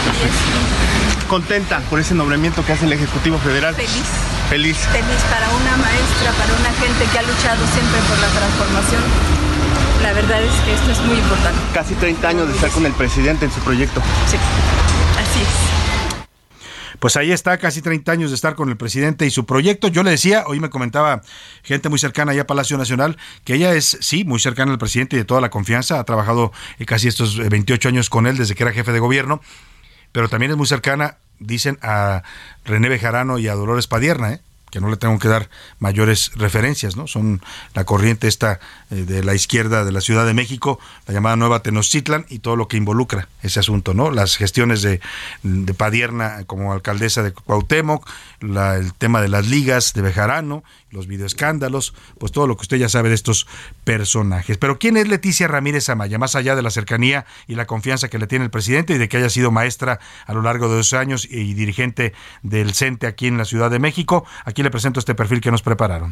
¿Contenta por ese nombramiento que hace el Ejecutivo Federal? Feliz para una maestra, para una gente que ha luchado siempre por la transformación. La verdad es que esto es muy importante. Casi 30 años de estar con el presidente en su proyecto. Sí, así es. Pues ahí está, casi 30 años de estar con el presidente y su proyecto. Yo le decía, hoy me comentaba gente muy cercana allá a Palacio Nacional, que ella es, sí, muy cercana al presidente y de toda la confianza. Ha trabajado casi estos 28 años con él desde que era jefe de gobierno, pero también es muy cercana, dicen, a René Bejarano y a Dolores Padierna, que no le tengo que dar mayores referencias, ¿no? Son la corriente esta de la izquierda de la Ciudad de México, la llamada Nueva Tenochtitlan, y todo lo que involucra ese asunto, ¿no? Las gestiones de Padierna como alcaldesa de Cuauhtémoc, el tema de las ligas de Bejarano, los videoescándalos, pues todo lo que usted ya sabe de estos personajes. Pero ¿quién es Leticia Ramírez Amaya? Más allá de la cercanía y la confianza que le tiene el presidente y de que haya sido maestra a lo largo de 2 años y dirigente del CENTE aquí en la Ciudad de México, aquí le presento este perfil que nos prepararon.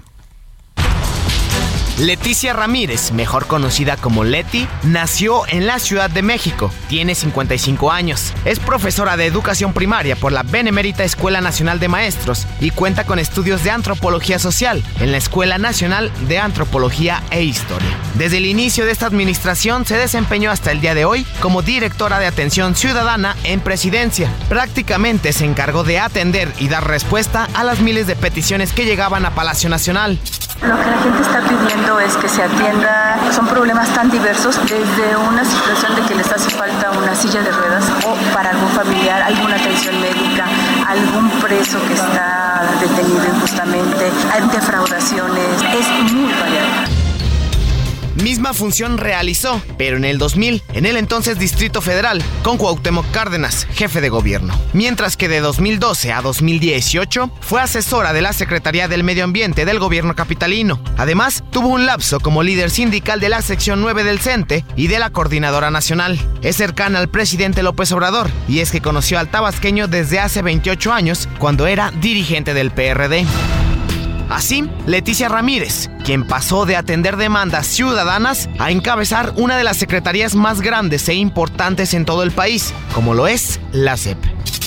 Leticia Ramírez, mejor conocida como Leti, nació en la Ciudad de México. Tiene 55 años. Es profesora de educación primaria por la Benemérita Escuela Nacional de Maestros y cuenta con estudios de antropología social en la Escuela Nacional de Antropología e Historia. Desde el inicio de esta administración se desempeñó hasta el día de hoy como directora de Atención Ciudadana en Presidencia. Prácticamente se encargó de atender y dar respuesta a las miles de peticiones que llegaban a Palacio Nacional. Lo que la gente está pidiendo es que se atienda, son problemas tan diversos, desde una situación de que les hace falta una silla de ruedas o para algún familiar, alguna atención médica, algún preso que está detenido injustamente, hay defraudaciones, es muy variado. Misma función realizó, pero en el 2000, en el entonces Distrito Federal, con Cuauhtémoc Cárdenas, jefe de gobierno. Mientras que de 2012 a 2018 fue asesora de la Secretaría del Medio Ambiente del gobierno capitalino. Además, tuvo un lapso como líder sindical de la sección 9 del CENTE y de la Coordinadora Nacional. Es cercana al presidente López Obrador, y es que conoció al tabasqueño desde hace 28 años, cuando era dirigente del PRD. Así, Leticia Ramírez, quien pasó de atender demandas ciudadanas a encabezar una de las secretarías más grandes e importantes en todo el país, como lo es la SEP.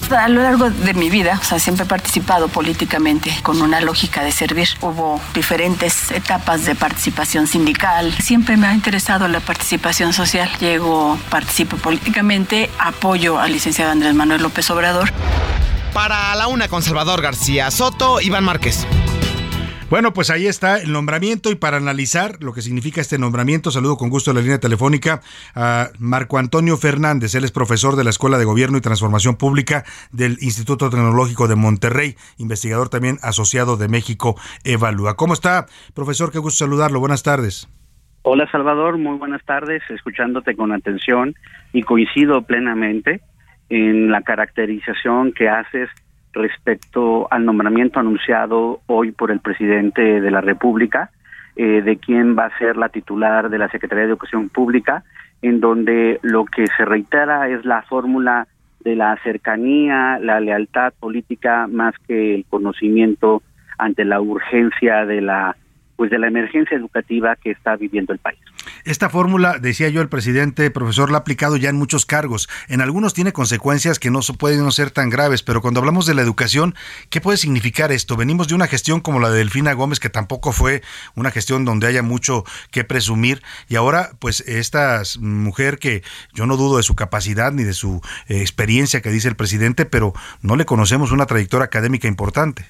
a lo largo de mi vida, siempre he participado políticamente con una lógica de servir. Hubo diferentes etapas de participación sindical. Siempre me ha interesado la participación social. Participo políticamente, apoyo al licenciado Andrés Manuel López Obrador. Para la una con Salvador García Soto, Iván Márquez. Bueno, pues ahí está el nombramiento, y para analizar lo que significa este nombramiento, saludo con gusto en la línea telefónica a Marco Antonio Fernández. Él es profesor de la Escuela de Gobierno y Transformación Pública del Instituto Tecnológico de Monterrey, investigador también asociado de México Evalúa. ¿Cómo está, profesor? Qué gusto saludarlo. Buenas tardes. Hola, Salvador. Muy buenas tardes. Escuchándote con atención y coincido plenamente en la caracterización que haces respecto al nombramiento anunciado hoy por el presidente de la República, de quién va a ser la titular de la Secretaría de Educación Pública, en donde lo que se reitera es la fórmula de la cercanía, la lealtad política, más que el conocimiento ante la urgencia de la emergencia educativa que está viviendo el país. Esta fórmula, decía yo, el presidente, profesor, la ha aplicado ya en muchos cargos. En algunos tiene consecuencias que no pueden no ser tan graves, pero cuando hablamos de la educación, ¿qué puede significar esto? Venimos de una gestión como la de Delfina Gómez, que tampoco fue una gestión donde haya mucho que presumir, y ahora, pues, esta mujer que yo no dudo de su capacidad ni de su experiencia que dice el presidente, pero no le conocemos una trayectoria académica importante.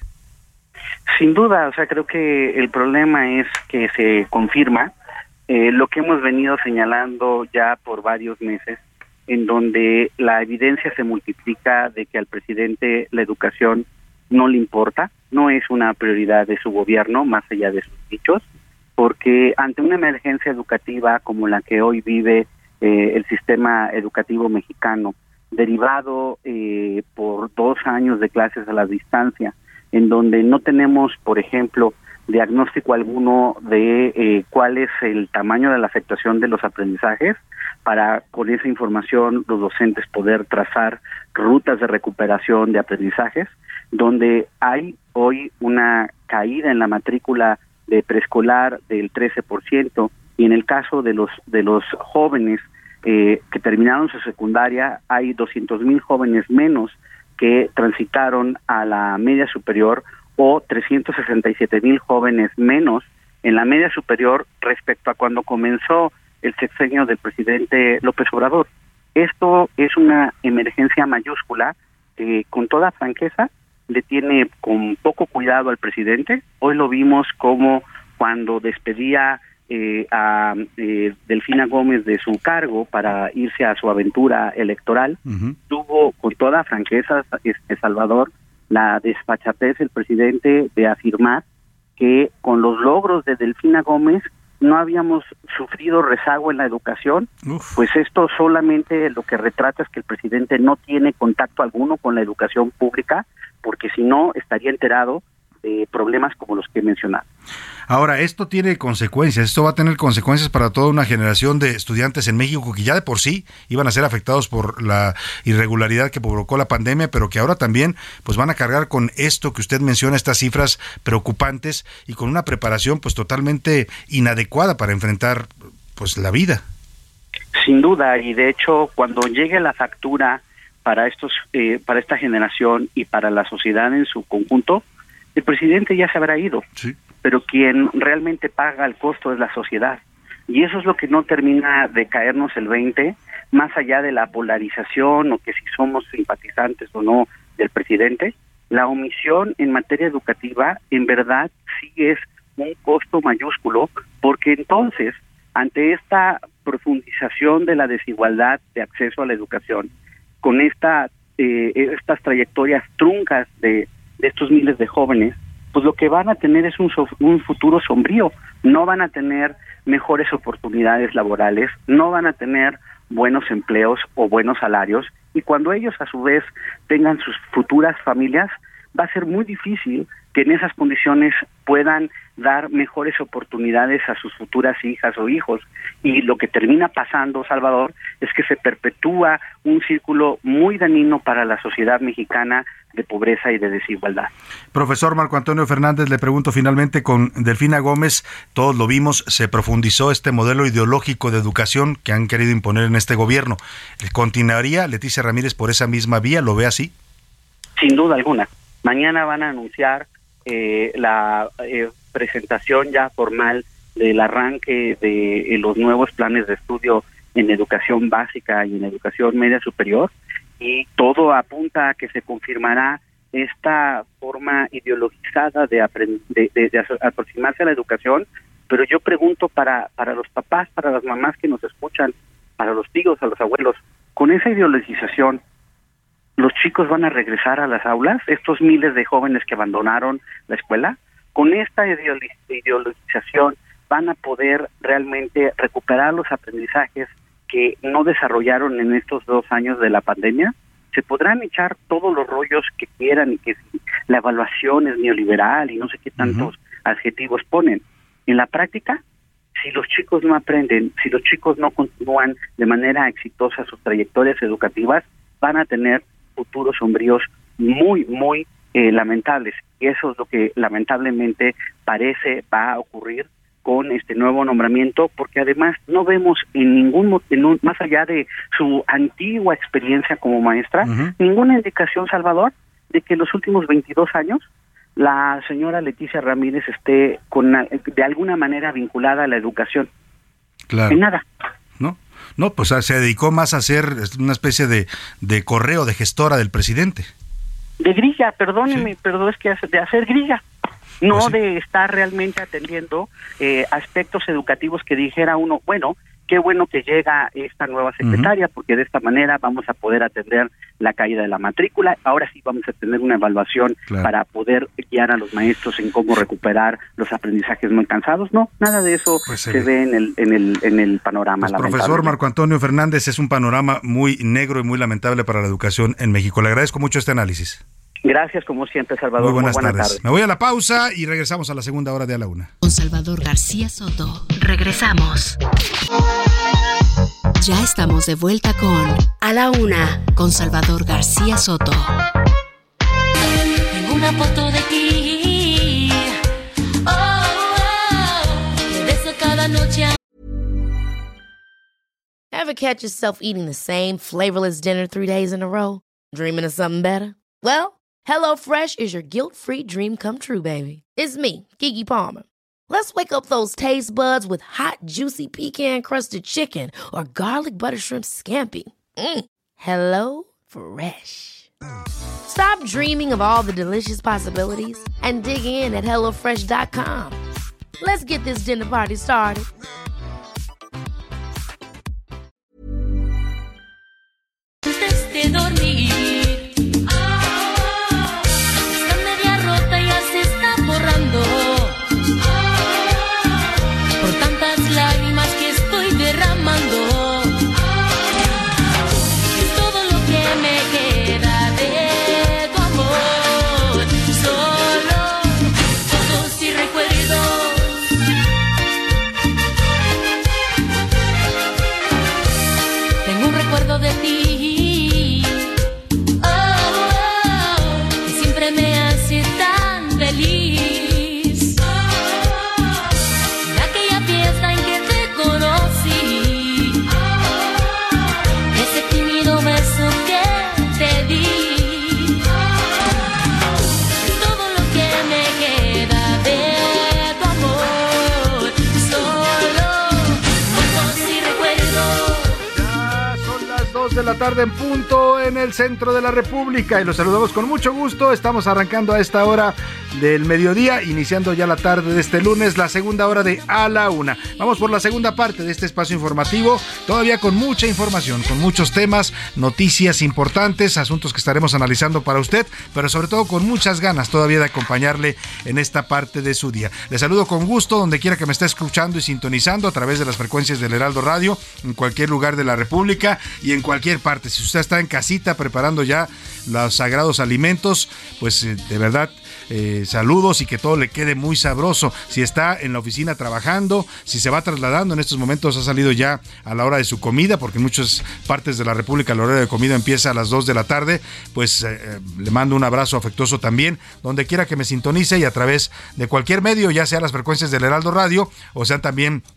Sin duda, creo que el problema es que se confirma lo que hemos venido señalando ya por varios meses, en donde la evidencia se multiplica de que al presidente la educación no le importa, no es una prioridad de su gobierno, más allá de sus dichos, porque ante una emergencia educativa como la que hoy vive el sistema educativo mexicano, derivado por 2 años de clases a la distancia, en donde no tenemos, por ejemplo, diagnóstico alguno de cuál es el tamaño de la afectación de los aprendizajes, para con esa información los docentes poder trazar rutas de recuperación de aprendizajes, donde hay hoy una caída en la matrícula de preescolar del 13%, y en el caso de los jóvenes que terminaron su secundaria, hay 200,000 jóvenes menos que transitaron a la media superior, o 367,000 jóvenes menos en la media superior respecto a cuando comenzó el sexenio del presidente López Obrador. Esto es una emergencia mayúscula que, con toda franqueza, le tiene con poco cuidado al presidente. Hoy lo vimos como cuando despedía a Delfina Gómez de su cargo para irse a su aventura electoral, tuvo con toda franqueza, Salvador, la desfachatez del presidente de afirmar que con los logros de Delfina Gómez no habíamos sufrido rezago en la educación. Pues esto solamente lo que retrata es que el presidente no tiene contacto alguno con la educación pública, porque si no estaría enterado de problemas como los que he mencionado. Ahora, esto tiene consecuencias, esto va a tener consecuencias para toda una generación de estudiantes en México que ya de por sí iban a ser afectados por la irregularidad que provocó la pandemia, pero que ahora también pues van a cargar con esto que usted menciona, estas cifras preocupantes, y con una preparación pues totalmente inadecuada para enfrentar pues la vida. Sin duda, y de hecho cuando llegue la factura para esta generación y para la sociedad en su conjunto, el presidente ya se habrá ido, sí, pero quien realmente paga el costo es la sociedad. Y eso es lo que no termina de caernos el 20, más allá de la polarización o que si somos simpatizantes o no del presidente. La omisión en materia educativa en verdad sí es un costo mayúsculo, porque entonces, ante esta profundización de la desigualdad de acceso a la educación, con estas trayectorias truncas de estos miles de jóvenes, pues lo que van a tener es un futuro sombrío. No van a tener mejores oportunidades laborales, no van a tener buenos empleos o buenos salarios, y cuando ellos a su vez tengan sus futuras familias, va a ser muy difícil que en esas condiciones puedan dar mejores oportunidades a sus futuras hijas o hijos. Y lo que termina pasando, Salvador, es que se perpetúa un círculo muy dañino para la sociedad mexicana de pobreza y de desigualdad. Profesor Marco Antonio Fernández, le pregunto finalmente, con Delfina Gómez, todos lo vimos, se profundizó este modelo ideológico de educación que han querido imponer en este gobierno. ¿Continuaría Leticia Ramírez por esa misma vía? ¿Lo ve así? sin duda alguna. Mañana van a anunciar la presentación ya formal del arranque de los nuevos planes de estudio en educación básica y en educación media superior, y todo apunta a que se confirmará esta forma ideologizada de aproximarse a la educación. Pero yo pregunto para los papás, para las mamás que nos escuchan, para los tíos, a los abuelos, con esa ideologización, ¿los chicos van a regresar a las aulas? Estos miles de jóvenes que abandonaron la escuela, con esta ideologización, ¿van a poder realmente recuperar los aprendizajes que no desarrollaron en estos 2 años de la pandemia? Se podrán echar todos los rollos que quieran y que la evaluación es neoliberal y no sé qué tantos adjetivos ponen. En la práctica, si los chicos no aprenden, si los chicos no continúan de manera exitosa sus trayectorias educativas, van a tener futuros sombríos muy, muy lamentables. Y eso es lo que lamentablemente parece va a ocurrir con este nuevo nombramiento, porque además no vemos más allá de su antigua experiencia como maestra, ninguna indicación, Salvador, de que en los últimos 22 años la señora Leticia Ramírez esté de alguna manera vinculada a la educación. Claro. En nada. No, pues se dedicó más a ser una especie de correo, de gestora del presidente. De grilla, perdóneme, pero es que de hacer grilla. No pues sí, de estar realmente atendiendo aspectos educativos que dijera uno, bueno, qué bueno que llega esta nueva secretaria, porque de esta manera vamos a poder atender la caída de la matrícula. Ahora sí vamos a tener una evaluación para poder guiar a los maestros en cómo recuperar los aprendizajes muy cansados. No, nada de eso se ve en el panorama. Pues, profesor Marco Antonio Fernández, es un panorama muy negro y muy lamentable para la educación en México. Le agradezco mucho este análisis. Gracias, como siempre, Salvador. Muy buenas tardes. Me voy a la pausa y regresamos a la segunda hora de A la Una. Con Salvador García Soto. Regresamos. Ya estamos de vuelta con A la Una, con Salvador García Soto. Tengo una foto de ti. Te beso cada noche. Ever catch yourself eating the same flavorless dinner 3 days in a row? Dreaming of something better? Well, HelloFresh is your guilt-free dream come true, baby. It's me, Keke Palmer. Let's wake up those taste buds with hot, juicy pecan-crusted chicken or garlic butter shrimp scampi. Hello Fresh. Stop dreaming of all the delicious possibilities and dig in at HelloFresh.com. Let's get this dinner party started. Antes de dormir. Por tantas lágrimas que estoy derramando, es todo lo que me queda de tu amor. Solo fotos y recuerdos. Tengo un recuerdo de ti, que siempre me hace tan feliz. De la tarde en punto en el centro de la República y los saludamos con mucho gusto. Estamos arrancando a esta hora del mediodía, iniciando ya la tarde de este lunes, la segunda hora de A la Una. Vamos por la segunda parte de este espacio informativo, todavía con mucha información, con muchos temas, noticias importantes, asuntos que estaremos analizando para usted, pero sobre todo con muchas ganas todavía de acompañarle en esta parte de su día. Le saludo con gusto donde quiera que me esté escuchando y sintonizando a través de las frecuencias del Heraldo Radio, en cualquier lugar de la República y en cualquier parte. Si usted está en casita preparando ya los sagrados alimentos, pues de verdad saludos y que todo le quede muy sabroso. Si está en la oficina trabajando, si se va trasladando, en estos momentos ha salido ya a la hora de su comida, porque en muchas partes de la República la hora de comida empieza a las 2 de la tarde, pues le mando un abrazo afectuoso también, donde quiera que me sintonice y a través de cualquier medio, ya sea las frecuencias del Heraldo Radio o sean también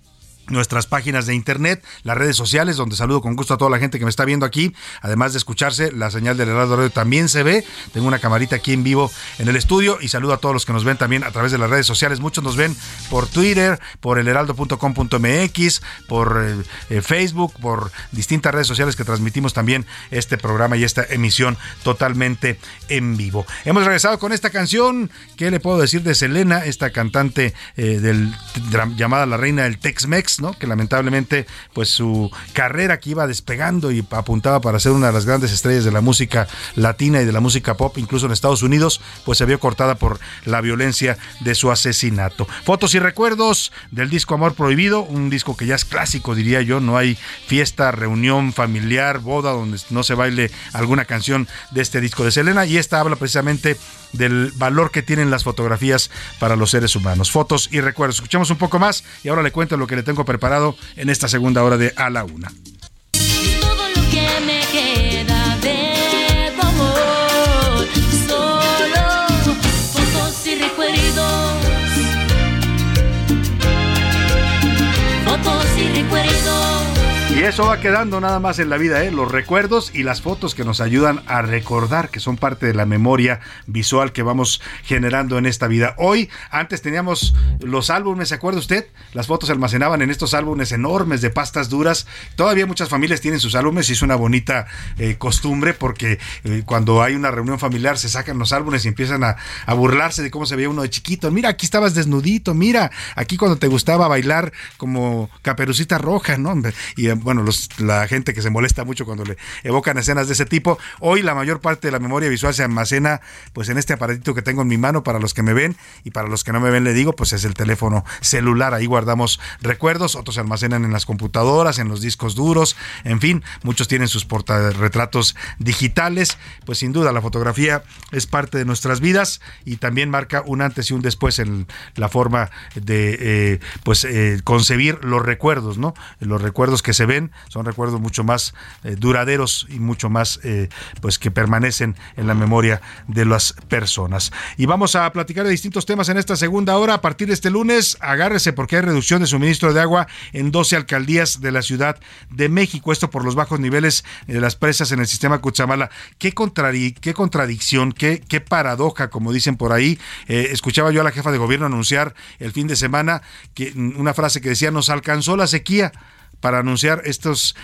nuestras páginas de internet, las redes sociales, donde saludo con gusto a toda la gente que me está viendo aquí. Además de escucharse, la señal del Heraldo Radio también se ve. Tengo una camarita aquí en vivo en el estudio y saludo a todos los que nos ven también a través de las redes sociales. Muchos nos ven por Twitter, por elheraldo.com.mx, por Facebook, por distintas redes sociales que transmitimos también este programa y esta emisión totalmente en vivo. Hemos regresado con esta canción. ¿Qué le puedo decir de Selena, esta cantante llamada la reina del Tex-Mex, ¿no? Que lamentablemente pues su carrera que iba despegando y apuntaba para ser una de las grandes estrellas de la música latina y de la música pop, incluso en Estados Unidos, pues se vio cortada por la violencia de su asesinato. Fotos y recuerdos del disco Amor Prohibido, un disco que ya es clásico, diría yo. No hay fiesta, reunión familiar, boda donde no se baile alguna canción de este disco de Selena, y esta habla precisamente del valor que tienen las fotografías para los seres humanos. Fotos y recuerdos. Escuchamos un poco más y ahora le cuento lo que le tengo preparado en esta segunda hora de A la Una. Todo lo que me queda de tu amor, solo fotos y recuerdos. Fotos y recuerdos. Y eso va quedando nada más en la vida, los recuerdos y las fotos que nos ayudan a recordar, que son parte de la memoria visual que vamos generando en esta vida. Hoy, antes teníamos los álbumes, ¿se acuerda usted? Las fotos se almacenaban en estos álbumes enormes de pastas duras. Todavía muchas familias tienen sus álbumes y es una bonita costumbre, porque cuando hay una reunión familiar se sacan los álbumes y empiezan a burlarse de cómo se veía uno de chiquito. Mira, aquí estabas desnudito, mira, aquí cuando te gustaba bailar como Caperucita Roja, ¿no? Y bueno, la gente que se molesta mucho cuando le evocan escenas de ese tipo. Hoy la mayor parte de la memoria visual se almacena pues en este aparatito que tengo en mi mano. Para los que me ven y para los que no me ven, le digo, pues es el teléfono celular. Ahí guardamos recuerdos, otros se almacenan en las computadoras, en los discos duros, en fin, muchos tienen sus portarretratos digitales. Pues sin duda la fotografía es parte de nuestras vidas y también marca un antes y un después en la forma de concebir los recuerdos, ¿no? Los recuerdos que se ven son recuerdos mucho más duraderos y mucho más pues que permanecen en la memoria de las personas. Y vamos a platicar de distintos temas en esta segunda hora. A partir de este lunes, agárrese porque hay reducción de suministro de agua en 12 alcaldías de la Ciudad de México. Esto por los bajos niveles de las presas en el sistema Cutzamala. Qué contradicción, qué paradoja, como dicen por ahí. Escuchaba yo a la jefa de gobierno anunciar el fin de semana una frase que decía: nos alcanzó la sequía, para anunciar estos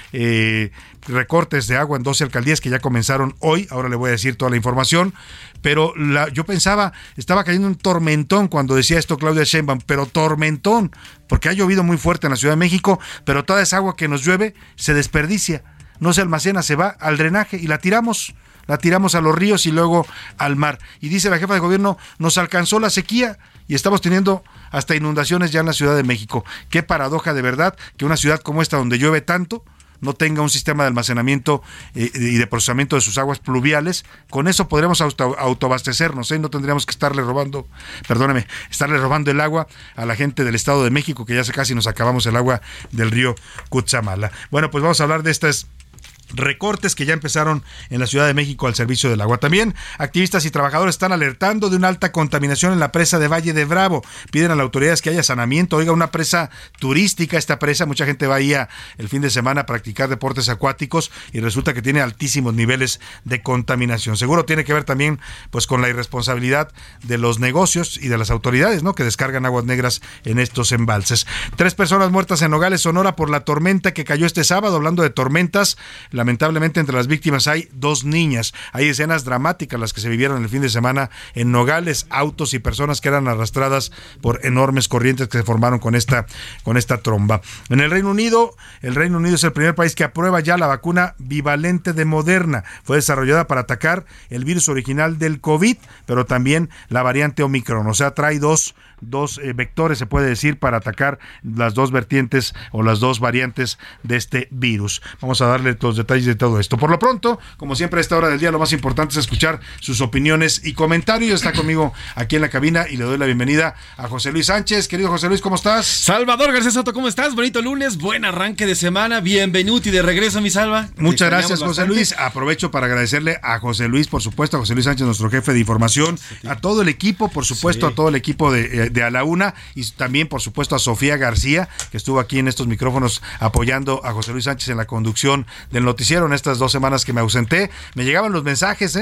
recortes de agua en 12 alcaldías que ya comenzaron hoy. Ahora le voy a decir toda la información, pero yo pensaba, estaba cayendo un tormentón cuando decía esto Claudia Sheinbaum, pero tormentón, porque ha llovido muy fuerte en la Ciudad de México, pero toda esa agua que nos llueve se desperdicia, no se almacena, se va al drenaje y la tiramos a los ríos y luego al mar. Y dice la jefa de gobierno, nos alcanzó la sequía y estamos teniendo hasta inundaciones ya en la Ciudad de México. Qué paradoja de verdad que una ciudad como esta, donde llueve tanto, no tenga un sistema de almacenamiento y de procesamiento de sus aguas pluviales. Con eso podremos autoabastecernos, no tendríamos que estarle robando el agua a la gente del Estado de México, que ya casi nos acabamos el agua del río Cutzamala. Bueno, pues vamos a hablar de estas recortes que ya empezaron en la Ciudad de México al servicio del agua. También activistas y trabajadores están alertando de una alta contaminación en la presa de Valle de Bravo. Piden a las autoridades que haya saneamiento. Oiga, una presa turística, esta presa, mucha gente va ahí el fin de semana a practicar deportes acuáticos y resulta que tiene altísimos niveles de contaminación. Seguro tiene que ver también pues con la irresponsabilidad de los negocios y de las autoridades, ¿no?, que descargan aguas negras en estos embalses. 3 personas muertas en Nogales, Sonora, por la tormenta que cayó este sábado. Hablando de tormentas, lamentablemente entre las víctimas hay 2 niñas. Hay escenas dramáticas las que se vivieron el fin de semana en Nogales, autos y personas que eran arrastradas por enormes corrientes que se formaron con esta tromba. En el Reino Unido es el primer país que aprueba ya la vacuna bivalente de Moderna. Fue desarrollada para atacar el virus original del COVID, pero también la variante Omicron. O sea, trae dos vectores, se puede decir, para atacar las 2 vertientes o las 2 variantes de este virus. Vamos a darle los detalles detalles de todo esto. Por lo pronto, como siempre a esta hora del día, lo más importante es escuchar sus opiniones y comentarios. Está conmigo aquí en la cabina y le doy la bienvenida a José Luis Sánchez. Querido José Luis, ¿cómo estás? Salvador García Soto, ¿cómo estás? Bonito lunes, buen arranque de semana, bienvenuti de regreso, mi Salva. Muchas gracias, José Luis. Aprovecho para agradecerle a José Luis, por supuesto, a José Luis Sánchez, nuestro jefe de información, a todo el equipo, por supuesto, a todo el equipo de A la Una, y también, por supuesto, a Sofía García, que estuvo aquí en estos micrófonos apoyando a José Luis Sánchez en la conducción del noticiero en estas 2 semanas que me ausenté. Me llegaban los mensajes,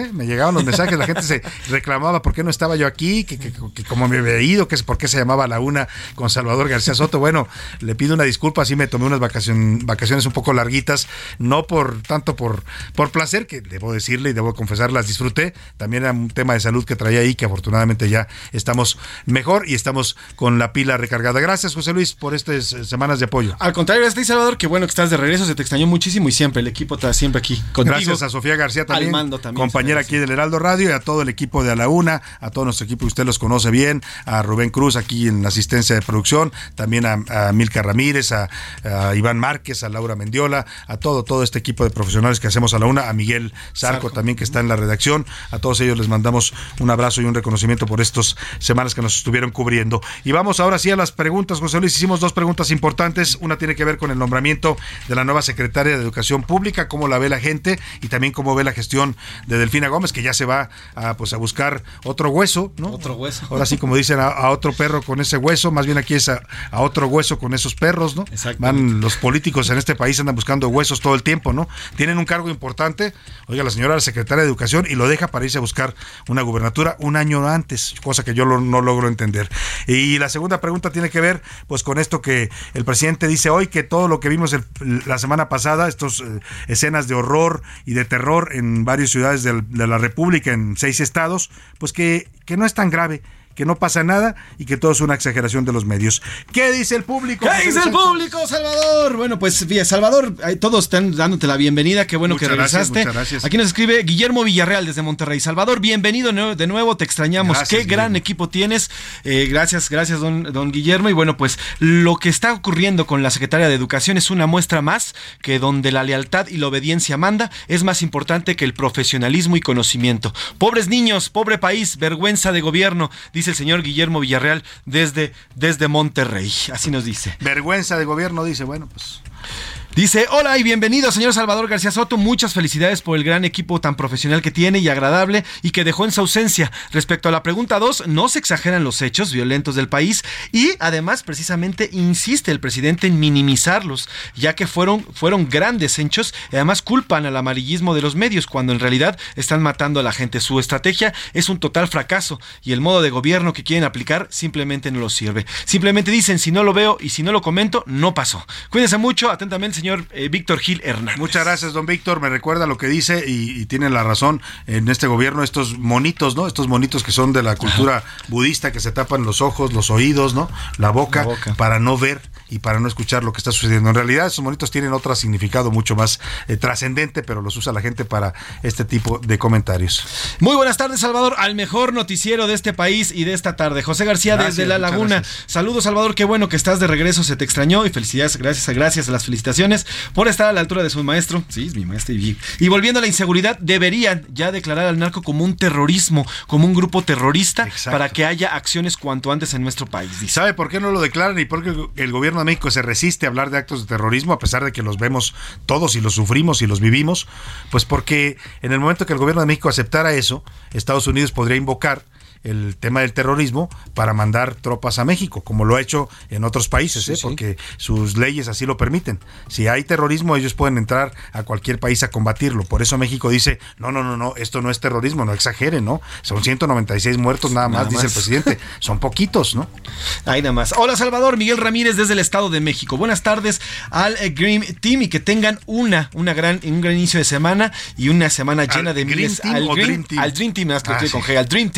la gente se reclamaba por qué no estaba yo aquí, que como me había ido, que por qué se llamaba A la Una con Salvador García Soto. Bueno, le pido una disculpa, sí me tomé unas vacaciones un poco larguitas, no por tanto por placer, que debo decirle y debo confesar, las disfruté. También era un tema de salud que traía ahí, que afortunadamente ya estamos mejor y estamos con la pila recargada. Gracias, José Luis, por estas semanas de apoyo. Al contrario, gracias, Salvador, qué bueno que estás de regreso, se te extrañó muchísimo y siempre el equipo está siempre aquí contigo. Gracias a Sofía García también, al mando también, compañera aquí del Heraldo Radio, y a todo el equipo de A la Una, a todo nuestro equipo que usted los conoce bien, a Rubén Cruz aquí en la asistencia de producción, también a Milka Ramírez, a Iván Márquez, a Laura Mendiola, a todo este equipo de profesionales que hacemos A la Una, a Miguel Zarco también, que está en la redacción. A todos ellos les mandamos un abrazo y un reconocimiento por estas semanas que nos estuvieron cubriendo. Y vamos ahora sí a las preguntas, José Luis. Hicimos 2 preguntas importantes. Una tiene que ver con el nombramiento de la nueva secretaria de Educación Pública, cómo la ve la gente, y también cómo ve la gestión de Delfina Gómez, que ya se va a buscar otro hueso, ¿no? Otro hueso. Ahora sí, como dicen, a otro perro con ese hueso, más bien aquí es a otro hueso con esos perros, ¿no? Van los políticos en este país, andan buscando huesos todo el tiempo, ¿no? Tienen un cargo importante, oiga, la señora secretaria de Educación, y lo deja para irse a buscar una gubernatura un año antes, cosa que yo no logro entender. Y la segunda pregunta tiene que ver pues con esto que el presidente dice hoy, que todo lo que vimos la semana pasada, estos escenas de horror y de terror en varias ciudades de la República, en 6 estados, pues que no es tan grave, que no pasa nada y que todo es una exageración de los medios. ¿Qué dice el público? ¿Qué dice el público, Salvador? Bueno, pues bien, Salvador, todos están dándote la bienvenida, qué bueno que regresaste. Muchas gracias. Aquí nos escribe Guillermo Villarreal desde Monterrey. Salvador, bienvenido de nuevo, te extrañamos. Gracias, qué gran equipo tienes. Gracias, don Guillermo. Y bueno, pues lo que está ocurriendo con la Secretaria de Educación es una muestra más que donde la lealtad y la obediencia manda, es más importante que el profesionalismo y conocimiento. Pobres niños, pobre país, vergüenza de gobierno, dice el señor Guillermo Villarreal desde Monterrey. Así nos dice. Vergüenza de gobierno, dice. Bueno, pues... Dice, hola y bienvenido, señor Salvador García Soto. Muchas felicidades por el gran equipo tan profesional que tiene y agradable y que dejó en su ausencia. Respecto a la pregunta 2, no se exageran los hechos violentos del país y además precisamente insiste el presidente en minimizarlos, ya que fueron grandes hechos y además culpan al amarillismo de los medios cuando en realidad están matando a la gente. Su estrategia es un total fracaso y el modo de gobierno que quieren aplicar simplemente no los sirve. Simplemente dicen, si no lo veo y si no lo comento, no pasó. Cuídense mucho, atentamente, señor Víctor Gil Hernández. Muchas gracias, don Víctor. Me recuerda lo que dice y tiene la razón. En este gobierno, estos monitos, ¿no? Estos monitos que son de la cultura budista, que se tapan los ojos, los oídos, ¿no? La boca, para no ver y para no escuchar lo que está sucediendo. En realidad, esos monitos tienen otro significado mucho más trascendente, pero los usa la gente para este tipo de comentarios. Muy buenas tardes, Salvador, al mejor noticiero de este país y de esta tarde. José García, gracias, desde La Laguna. Saludos, Salvador, qué bueno que estás de regreso, se te extrañó y felicidades, gracias a las felicitaciones por estar a la altura de su maestro. Sí, es mi maestro. Y volviendo a la inseguridad, deberían ya declarar al narco como un terrorismo, como un grupo terrorista. Exacto. Para que haya acciones cuanto antes en nuestro país. Dice. ¿Sabe por qué no lo declaran y por qué el gobierno de México se resiste a hablar de actos de terrorismo a pesar de que los vemos todos y los sufrimos y los vivimos? Pues porque en el momento que el gobierno de México aceptara eso, Estados Unidos podría invocar el tema del terrorismo para mandar tropas a México, como lo ha hecho en otros países, sí. Porque sus leyes así lo permiten. Si hay terrorismo, ellos pueden entrar a cualquier país a combatirlo. Por eso México dice, no, esto no es terrorismo, no exageren, ¿no? Son 196 muertos nada más, dice el presidente. Son poquitos, ¿no? Ahí nada más. Hola, Salvador, Miguel Ramírez desde el Estado de México. Buenas tardes al Dream Team y que tengan un gran inicio de semana y una semana llena de miles. Al Dream Team, al Dream Team, al Dream Team,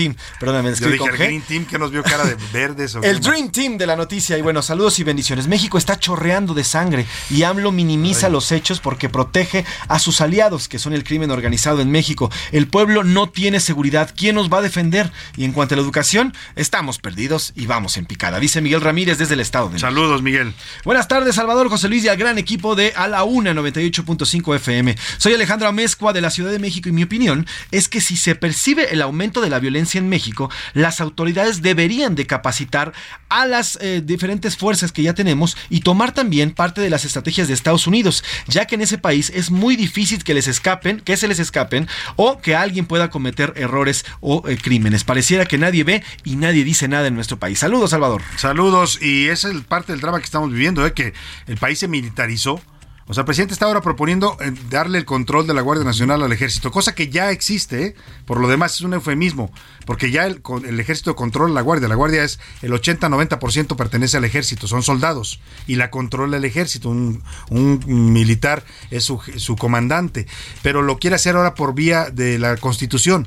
Perdóname, Yo dije el Green Team que nos vio cara de verdes. El Dream Team de la noticia. Y bueno, saludos y bendiciones. México está chorreando de sangre y AMLO minimiza los hechos porque protege a sus aliados, que son el crimen organizado en México. El pueblo no tiene seguridad. ¿Quién nos va a defender? Y en cuanto a la educación, estamos perdidos y vamos en picada, dice Miguel Ramírez desde el Estado de México. Saludos, Miguel. Buenas tardes, Salvador, José Luis y al gran equipo de A la Una 98.5 FM. Soy Alejandro Amezcua de la Ciudad de México y mi opinión es que si se percibe el aumento de la violencia en México, las autoridades deberían de capacitar a las diferentes fuerzas que ya tenemos y tomar también parte de las estrategias de Estados Unidos, ya que en ese país es muy difícil que se les escapen o que alguien pueda cometer errores o crímenes. Pareciera que nadie ve y nadie dice nada en nuestro país. Saludos, Salvador. Saludos, y esa es parte del drama que estamos viviendo, que el país se militarizó. O sea, el presidente está ahora proponiendo darle el control de la Guardia Nacional al Ejército, cosa que ya existe, por lo demás es un eufemismo, porque ya el Ejército controla la Guardia es el 80-90% pertenece al Ejército, son soldados, y la controla el Ejército, un militar es su comandante, pero lo quiere hacer ahora por vía de la Constitución.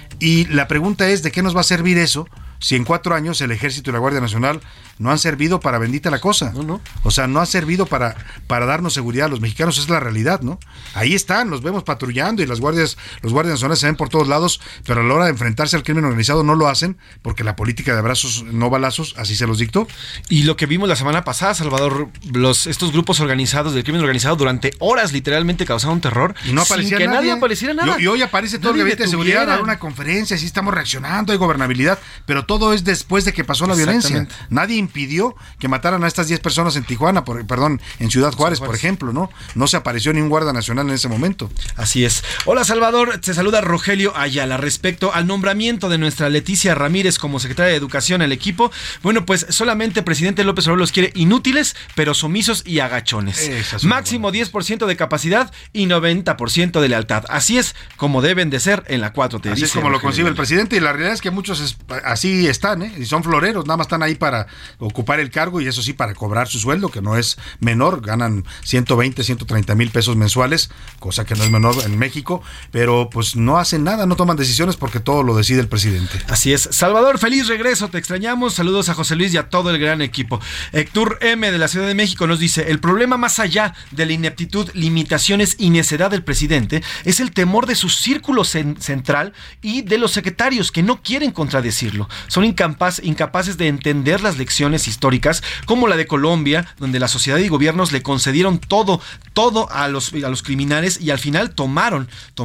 Y la pregunta es, ¿de qué nos va a servir eso si en 4 años el Ejército y la Guardia Nacional no han servido para bendita la cosa? No. O sea, no ha servido para darnos seguridad a los mexicanos, es la realidad, ¿no? Ahí están, los vemos patrullando y los guardias nacionales se ven por todos lados, pero a la hora de enfrentarse al crimen organizado no lo hacen porque la política de abrazos no balazos así se los dictó. Y lo que vimos la semana pasada, Salvador, estos grupos organizados del crimen organizado durante horas literalmente causaron terror y no aparecía sin que nadie apareciera nada. Y hoy aparece todo el gabinete de seguridad a dar una conferencia, así estamos reaccionando, hay gobernabilidad, pero todo es después de que pasó la violencia. Nadie impidió que mataran a estas 10 personas en Tijuana, en Ciudad Juárez, por ejemplo, ¿no? No se apareció ni un guardia nacional en ese momento. Así es. Hola, Salvador, te saluda Rogelio Ayala. Respecto al nombramiento de nuestra Leticia Ramírez como secretaria de Educación al equipo, bueno, pues solamente el presidente López Obrador los quiere inútiles, pero sumisos y agachones. Máximo 10% de capacidad y 90% de lealtad. Así es como deben de ser en la 4T. Así es como lo concibe el presidente, y la realidad es que muchos así están, y son floreros, nada más están ahí para ocupar el cargo y eso sí para cobrar su sueldo, que no es menor, ganan 120, 130 mil pesos mensuales, cosa que no es menor en México, pero pues no hacen nada, no toman decisiones porque todo lo decide el presidente. Así es. Salvador, feliz regreso, te extrañamos, saludos a José Luis y a todo el gran equipo. Héctor M. de la Ciudad de México nos dice, el problema más allá de la ineptitud, limitaciones y necedad del presidente es el temor de su círculo central y de los secretarios que no quieren contradecirlo. Son incapaces de entender las lecciones históricas como la de Colombia, donde la sociedad y gobiernos le concedieron todo a los criminales y al final tomaron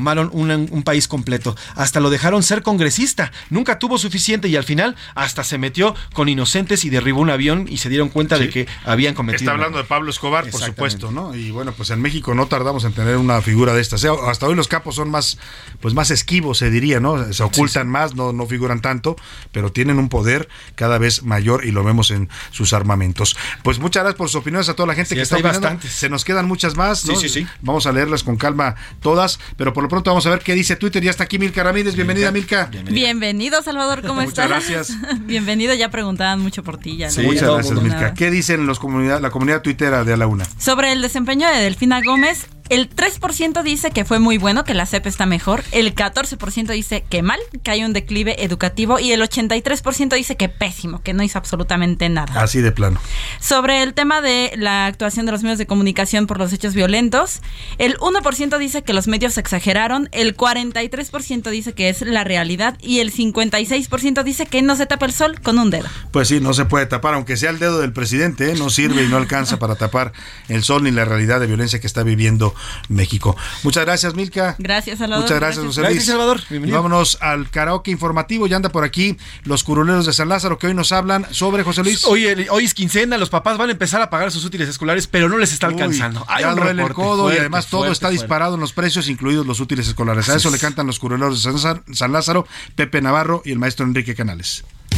un país completo. Hasta lo dejaron ser congresista. Nunca tuvo suficiente y al final hasta se metió con inocentes y derribó un avión y se dieron cuenta de que habían cometido. Está hablando de Pablo Escobar, por supuesto, ¿no? Y bueno, pues en México no tardamos en tener una figura de estas. Hasta hoy los capos son más esquivos, se diría, ¿no? Se ocultan más, no figuran tanto, pero tienen un poder cada vez mayor y lo vemos en sus armamentos. Pues muchas gracias por sus opiniones a toda la gente que está opinando. Se nos quedan muchas más, ¿no? Sí. Vamos a leerlas con calma todas, pero por lo pronto vamos a ver qué dice Twitter. Ya está aquí Milka Ramírez. Bienvenida, Milka. Bienvenido, Salvador, ¿cómo estás? Muchas gracias. Bienvenido, ya preguntaban mucho por ti. Ya muchas gracias, Milka. ¿Qué dicen la comunidad tuitera de A la Una? Sobre el desempeño de Delfina Gómez, el 3% dice que fue muy bueno, que la SEP está mejor, el 14% dice que mal, que hay un declive educativo y el 83% dice que pésimo, que no hizo absolutamente nada. Así de plano. Sobre el tema de la actuación de los medios de comunicación por los hechos violentos, el 1% dice que los medios exageraron, el 43% dice que es la realidad y el 56% dice que no se tapa el sol con un dedo. Pues sí, no se puede tapar, aunque sea el dedo del presidente, no sirve y no alcanza para tapar el sol ni la realidad de violencia que está viviendo México. Muchas gracias, Milka. Gracias, Salvador. Muchas gracias, José Luis. Gracias, Salvador. Bienvenido. Vámonos al karaoke informativo. Ya anda por aquí los curuleros de San Lázaro que hoy nos hablan sobre, José Luis. Hoy es quincena, los papás van a empezar a pagar sus útiles escolares, pero no les está alcanzando. Ya duele el codo y además todo está disparado en los precios, incluidos los útiles escolares. A eso le cantan los curuleros de San Lázaro, Pepe Navarro y el maestro Enrique Canales.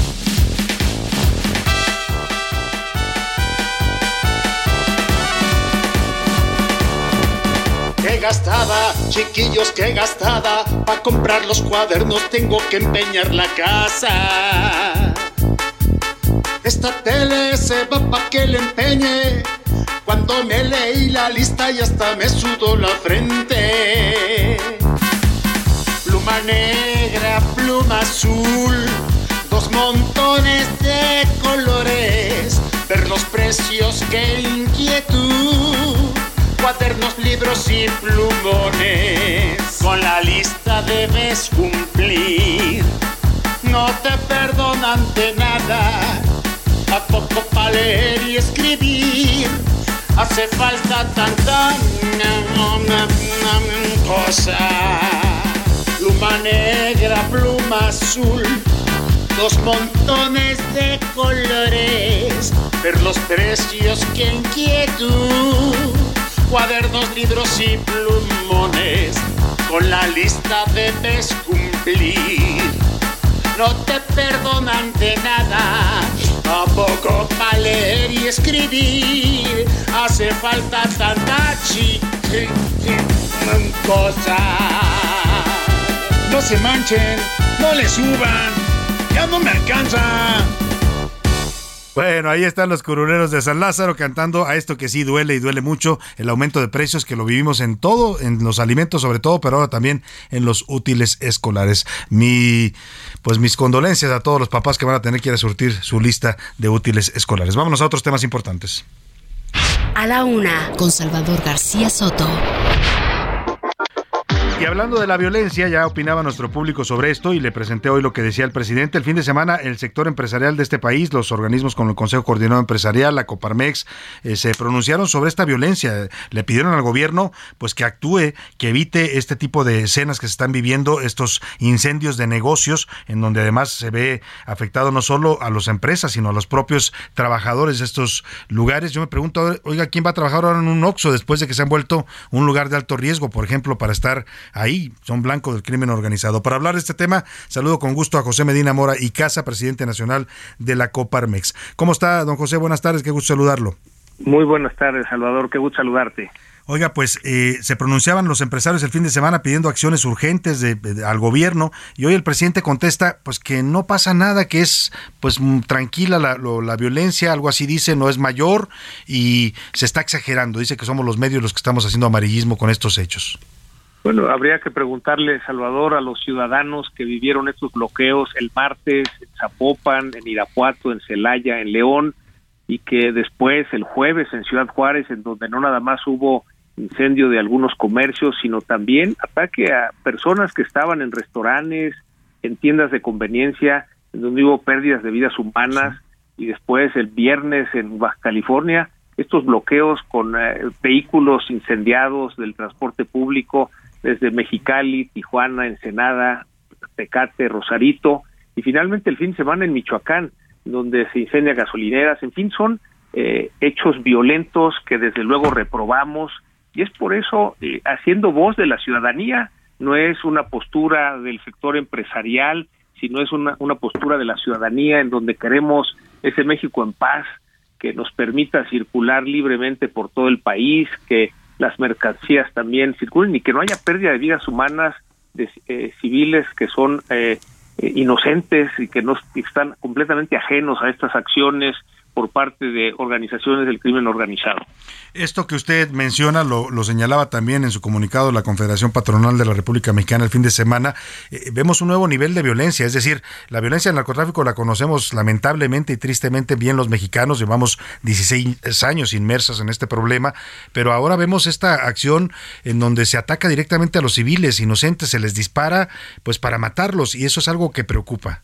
Qué gastada, chiquillos, qué gastada. Pa' comprar los cuadernos tengo que empeñar la casa. Esta tele se va pa' que le empeñe. Cuando me leí la lista y hasta me sudó la frente. Pluma negra, pluma azul, montones de colores, ver los precios, qué inquietud. Cuadernos, libros y plumones, con la lista debes cumplir. No te perdonan de nada, ¿a poco para leer y escribir? Hace falta tanta cosa. Pluma negra, pluma azul, dos montones de colores, ver los precios, qué inquietud. Cuadernos, libros y plumones, con la lista debes cumplir. No te perdonan de nada, ¿a poco para leer y escribir? Hace falta tanta cosa. No se manchen, no le suban, ya no me alcanza. Bueno, ahí están los curuleros de San Lázaro cantando a esto que sí duele y duele mucho, el aumento de precios que lo vivimos en todo, en los alimentos sobre todo, pero ahora también en los útiles escolares. Mis condolencias a todos los papás que van a tener que ir a surtir su lista de útiles escolares. Vámonos a otros temas importantes. A la una, con Salvador García Soto. Y hablando de la violencia, ya opinaba nuestro público sobre esto y le presenté hoy lo que decía el presidente. El fin de semana, el sector empresarial de este país, los organismos como el Consejo Coordinador Empresarial, la Coparmex, se pronunciaron sobre esta violencia. Le pidieron al gobierno pues que actúe, que evite este tipo de escenas que se están viviendo, estos incendios de negocios, en donde además se ve afectado no solo a las empresas, sino a los propios trabajadores de estos lugares. Yo me pregunto, oiga, ¿quién va a trabajar ahora en un Oxxo después de que se han vuelto un lugar de alto riesgo, por ejemplo, para estar ahí? Son blancos del crimen organizado. Para hablar de este tema, saludo con gusto a José Medina Mora y Casa, presidente nacional de la Coparmex. ¿Cómo está, don José? Buenas tardes, qué gusto saludarlo. Muy buenas tardes, Salvador, qué gusto saludarte. Oiga, pues se pronunciaban los empresarios el fin de semana pidiendo acciones urgentes al gobierno, y hoy el presidente contesta pues que no pasa nada, que es pues tranquila la violencia, algo así dice, no es mayor y se está exagerando. Dice que somos los medios los que estamos haciendo amarillismo con estos hechos. Bueno, habría que preguntarle, Salvador, a los ciudadanos que vivieron estos bloqueos el martes en Zapopan, en Irapuato, en Celaya, en León, y que después el jueves en Ciudad Juárez, en donde no nada más hubo incendio de algunos comercios, sino también ataque a personas que estaban en restaurantes, en tiendas de conveniencia, en donde hubo pérdidas de vidas humanas, y después el viernes en Baja California, estos bloqueos con vehículos incendiados del transporte público, desde Mexicali, Tijuana, Ensenada, Tecate, Rosarito, y finalmente el fin de semana en Michoacán, donde se incendia gasolineras. En fin, son hechos violentos que desde luego reprobamos, y es por eso, haciendo voz de la ciudadanía, no es una postura del sector empresarial, sino es una postura de la ciudadanía en donde queremos ese México en paz, que nos permita circular libremente por todo el país, que las mercancías también circulen y que no haya pérdida de vidas humanas de civiles que son inocentes y que no están completamente ajenos a estas acciones por parte de organizaciones del crimen organizado. Esto que usted menciona lo señalaba también en su comunicado la Confederación Patronal de la República Mexicana el fin de semana. Vemos un nuevo nivel de violencia, es decir, la violencia del narcotráfico la conocemos lamentablemente y tristemente bien los mexicanos, llevamos 16 años inmersos en este problema, pero ahora vemos esta acción en donde se ataca directamente a los civiles inocentes, se les dispara pues para matarlos, y eso es algo que preocupa.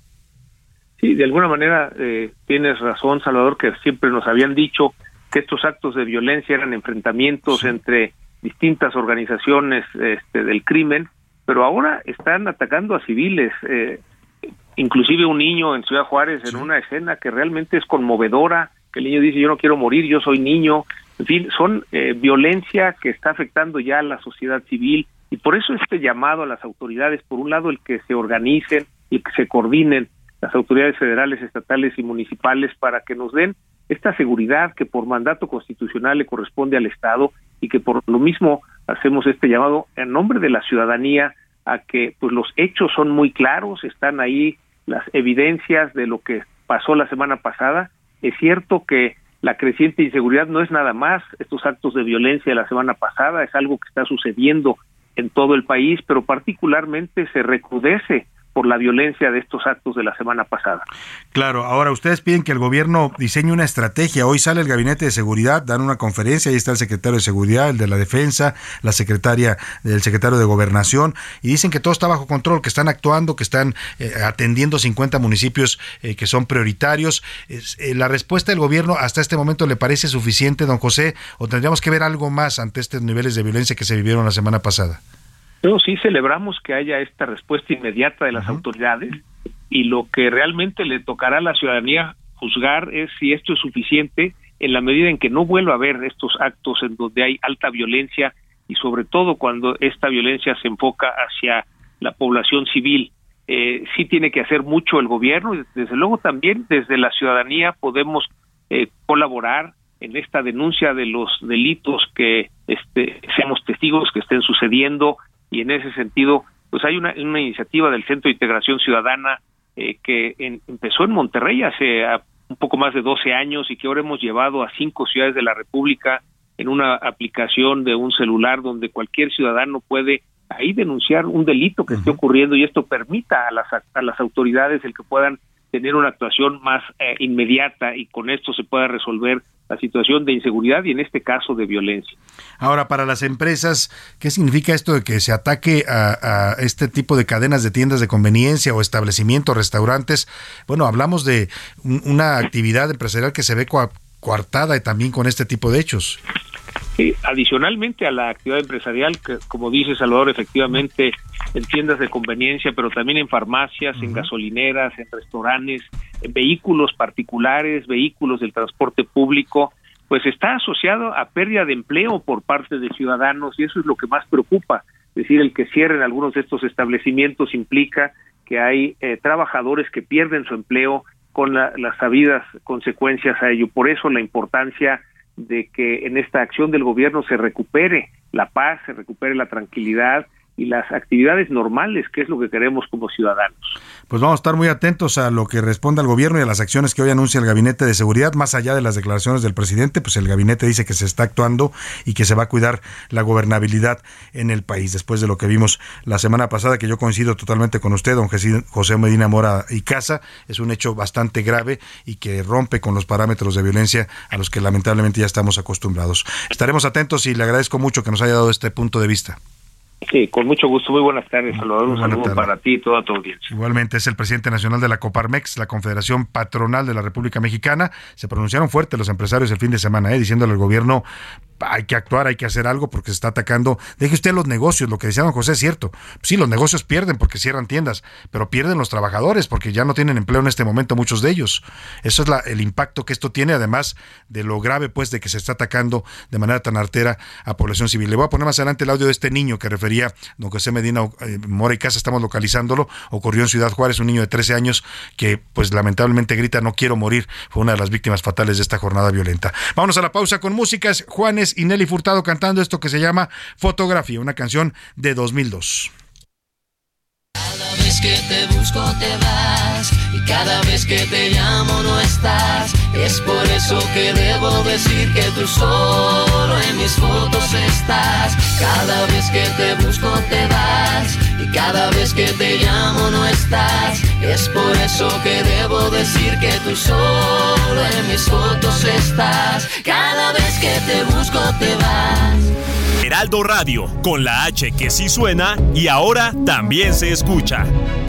Sí, de alguna manera tienes razón, Salvador, que siempre nos habían dicho que estos actos de violencia eran enfrentamientos entre distintas organizaciones del crimen, pero ahora están atacando a civiles, inclusive un niño en Ciudad Juárez, en una escena que realmente es conmovedora, que el niño dice, yo no quiero morir, yo soy niño. En fin, son violencia que está afectando ya a la sociedad civil, y por eso este llamado a las autoridades, por un lado el que se organicen y que se coordinen las autoridades federales, estatales y municipales para que nos den esta seguridad que por mandato constitucional le corresponde al Estado, y que por lo mismo hacemos este llamado en nombre de la ciudadanía a que pues los hechos son muy claros, están ahí las evidencias de lo que pasó la semana pasada. Es cierto que la creciente inseguridad no es nada más estos actos de violencia de la semana pasada, es algo que está sucediendo en todo el país, pero particularmente se recrudece por la violencia de estos actos de la semana pasada. Claro, ahora ustedes piden que el gobierno diseñe una estrategia. Hoy sale el Gabinete de Seguridad, dan una conferencia, ahí está el secretario de Seguridad, el de la Defensa, la secretaria del secretario de Gobernación, y dicen que todo está bajo control, que están actuando, que están atendiendo 50 municipios que son prioritarios. ¿La respuesta del gobierno hasta este momento le parece suficiente, don José, o tendríamos que ver algo más ante estos niveles de violencia que se vivieron la semana pasada? Pero sí celebramos que haya esta respuesta inmediata de las autoridades, y lo que realmente le tocará a la ciudadanía juzgar es si esto es suficiente en la medida en que no vuelva a haber estos actos en donde hay alta violencia, y sobre todo cuando esta violencia se enfoca hacia la población civil. Sí tiene que hacer mucho el gobierno, y desde luego también desde la ciudadanía podemos colaborar en esta denuncia de los delitos que seamos testigos que estén sucediendo. Y en ese sentido, pues hay una iniciativa del Centro de Integración Ciudadana que empezó en Monterrey hace un poco más de 12 años y que ahora hemos llevado a 5 ciudades de la República en una aplicación de un celular donde cualquier ciudadano puede ahí denunciar un delito que esté ocurriendo, y esto permita a las autoridades el que puedan tener una actuación más inmediata, y con esto se pueda resolver la situación de inseguridad y en este caso de violencia. Ahora, para las empresas, ¿qué significa esto de que se ataque a este tipo de cadenas de tiendas de conveniencia o establecimientos, restaurantes? Bueno, hablamos de una actividad empresarial que se ve coartada y también con este tipo de hechos. Sí, adicionalmente a la actividad empresarial, que como dice Salvador, efectivamente en tiendas de conveniencia, pero también en farmacias, en gasolineras, en restaurantes, en vehículos particulares, vehículos del transporte público, pues está asociado a pérdida de empleo por parte de ciudadanos, y eso es lo que más preocupa. Es decir, el que cierren algunos de estos establecimientos implica que hay trabajadores que pierden su empleo con las sabidas consecuencias a ello. Por eso la importancia de que en esta acción del gobierno se recupere la paz, se recupere la tranquilidad y las actividades normales, que es lo que queremos como ciudadanos. Pues vamos a estar muy atentos a lo que responda el gobierno y a las acciones que hoy anuncia el Gabinete de Seguridad. Más allá de las declaraciones del presidente, pues el gabinete dice que se está actuando y que se va a cuidar la gobernabilidad en el país, después de lo que vimos la semana pasada, que yo coincido totalmente con usted, don José Medina Mora y Casa. Es un hecho bastante grave y que rompe con los parámetros de violencia a los que lamentablemente ya estamos acostumbrados. Estaremos atentos y le agradezco mucho que nos haya dado este punto de vista. Sí, con mucho gusto. Muy buenas tardes, Salvador. Un saludo para ti y toda tu audiencia. Igualmente es el presidente nacional de la Coparmex, la Confederación Patronal de la República Mexicana. Se pronunciaron fuerte los empresarios el fin de semana, diciéndole al gobierno: hay que actuar, hay que hacer algo porque se está atacando. Deje usted los negocios, lo que decía don José es cierto. Sí, los negocios pierden porque cierran tiendas, pero pierden los trabajadores porque ya no tienen empleo en este momento muchos de ellos. Eso es el impacto que esto tiene, además de lo grave pues de que se está atacando de manera tan artera a población civil. Le voy a poner más adelante el audio de este niño que refería don José Medina Mora y Casa, estamos localizándolo. Ocurrió en Ciudad Juárez, un niño de 13 años que pues lamentablemente grita: no quiero morir. Fue una de las víctimas fatales de esta jornada violenta. Vámonos a la pausa con músicas. Juanes y Nelly Furtado cantando esto que se llama Fotografía, una canción de 2002. Cada vez que te busco te vas, y cada vez que te llamo no estás. Es por eso que debo decir que tú solo en mis fotos estás. Cada vez que te busco te vas, y cada vez que te llamo no estás. Es por eso que debo decir que tú solo en mis fotos estás. Cada vez que te busco te vas. Heraldo Radio, con la H que sí suena y ahora también se escucha.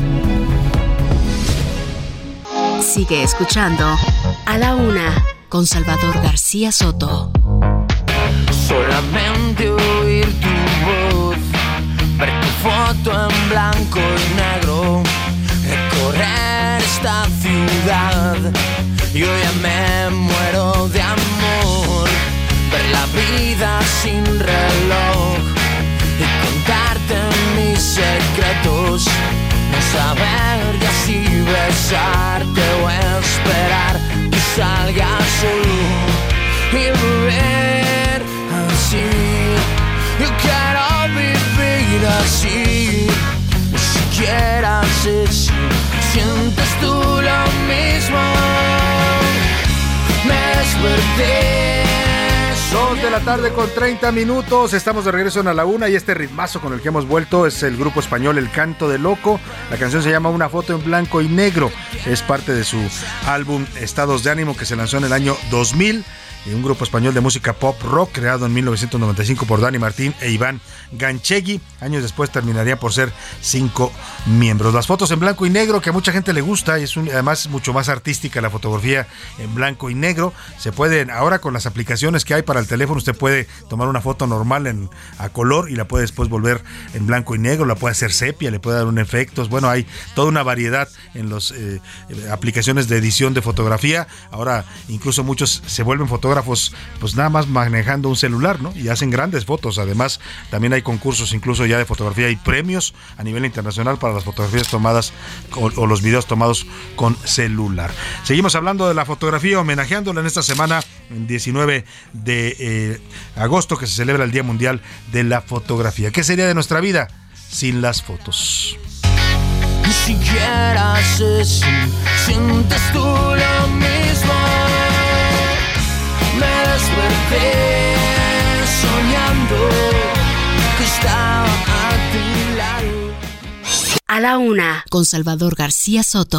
Sigue escuchando A la Una con Salvador García Soto. Solamente oír tu voz, ver tu foto en blanco y negro, recorrer esta ciudad. Yo ya me muero de amor, ver la vida sin reloj y contarte mis secretos. No saber ya si besarte o esperar que salgas tú y beber así. Yo quiero vivir así, ni siquiera sé si sientes tú lo mismo. Me desperté, soy de la tarde con 30 minutos. Estamos de regreso en A la Una y este ritmazo con el que hemos vuelto es el grupo español El Canto del Loco. La canción se llama Una foto en blanco y negro. Es parte de su álbum Estados de Ánimo que se lanzó en el año 2000. Un grupo español de música pop rock creado en 1995 por Dani Martín e Iván Ganchegui. Años después terminaría por ser 5 miembros. Las fotos en blanco y negro que a mucha gente le gusta y además mucho más artística la fotografía en blanco y negro. Se pueden, ahora con las aplicaciones que hay para el teléfono, usted puede tomar una foto normal a color y la puede después volver en blanco y negro, la puede hacer sepia, le puede dar un efectos. Bueno, hay toda una variedad en las aplicaciones de edición de fotografía. Ahora incluso muchos se vuelven fotógrafos pues nada más manejando un celular, ¿no? Y hacen grandes fotos. Además, también hay concursos incluso ya de fotografía y premios a nivel internacional para las fotografías tomadas o los videos tomados con celular. Seguimos hablando de la fotografía, homenajeándola en esta semana, el 19 de agosto, que se celebra el Día Mundial de la Fotografía. ¿Qué sería de nuestra vida sin las fotos? Ni siquiera sé si sientes tú lo mismo. Me desperté soñando que estaba a tu lado. A la Una, con Salvador García Soto.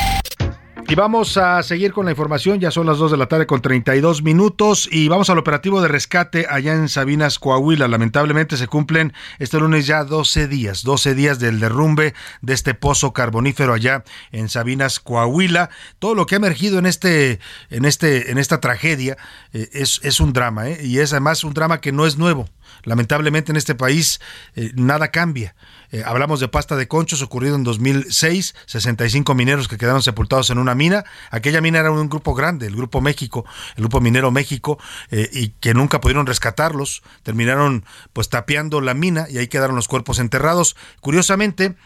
Y vamos a seguir con la información, ya son las 2 de la tarde con 32 minutos y vamos al operativo de rescate allá en Sabinas, Coahuila. Lamentablemente se cumplen este lunes ya 12 días del derrumbe de este pozo carbonífero allá en Sabinas, Coahuila. Todo lo que ha emergido en esta tragedia es un drama, y es además un drama que no es nuevo. Lamentablemente en este país nada cambia. Hablamos de Pasta de Conchos, ocurrido en 2006, 65 mineros que quedaron sepultados en una mina. Aquella mina era un grupo grande, el Grupo Minero México, y que nunca pudieron rescatarlos. Terminaron pues tapiando la mina y ahí quedaron los cuerpos enterrados. Curiosamente,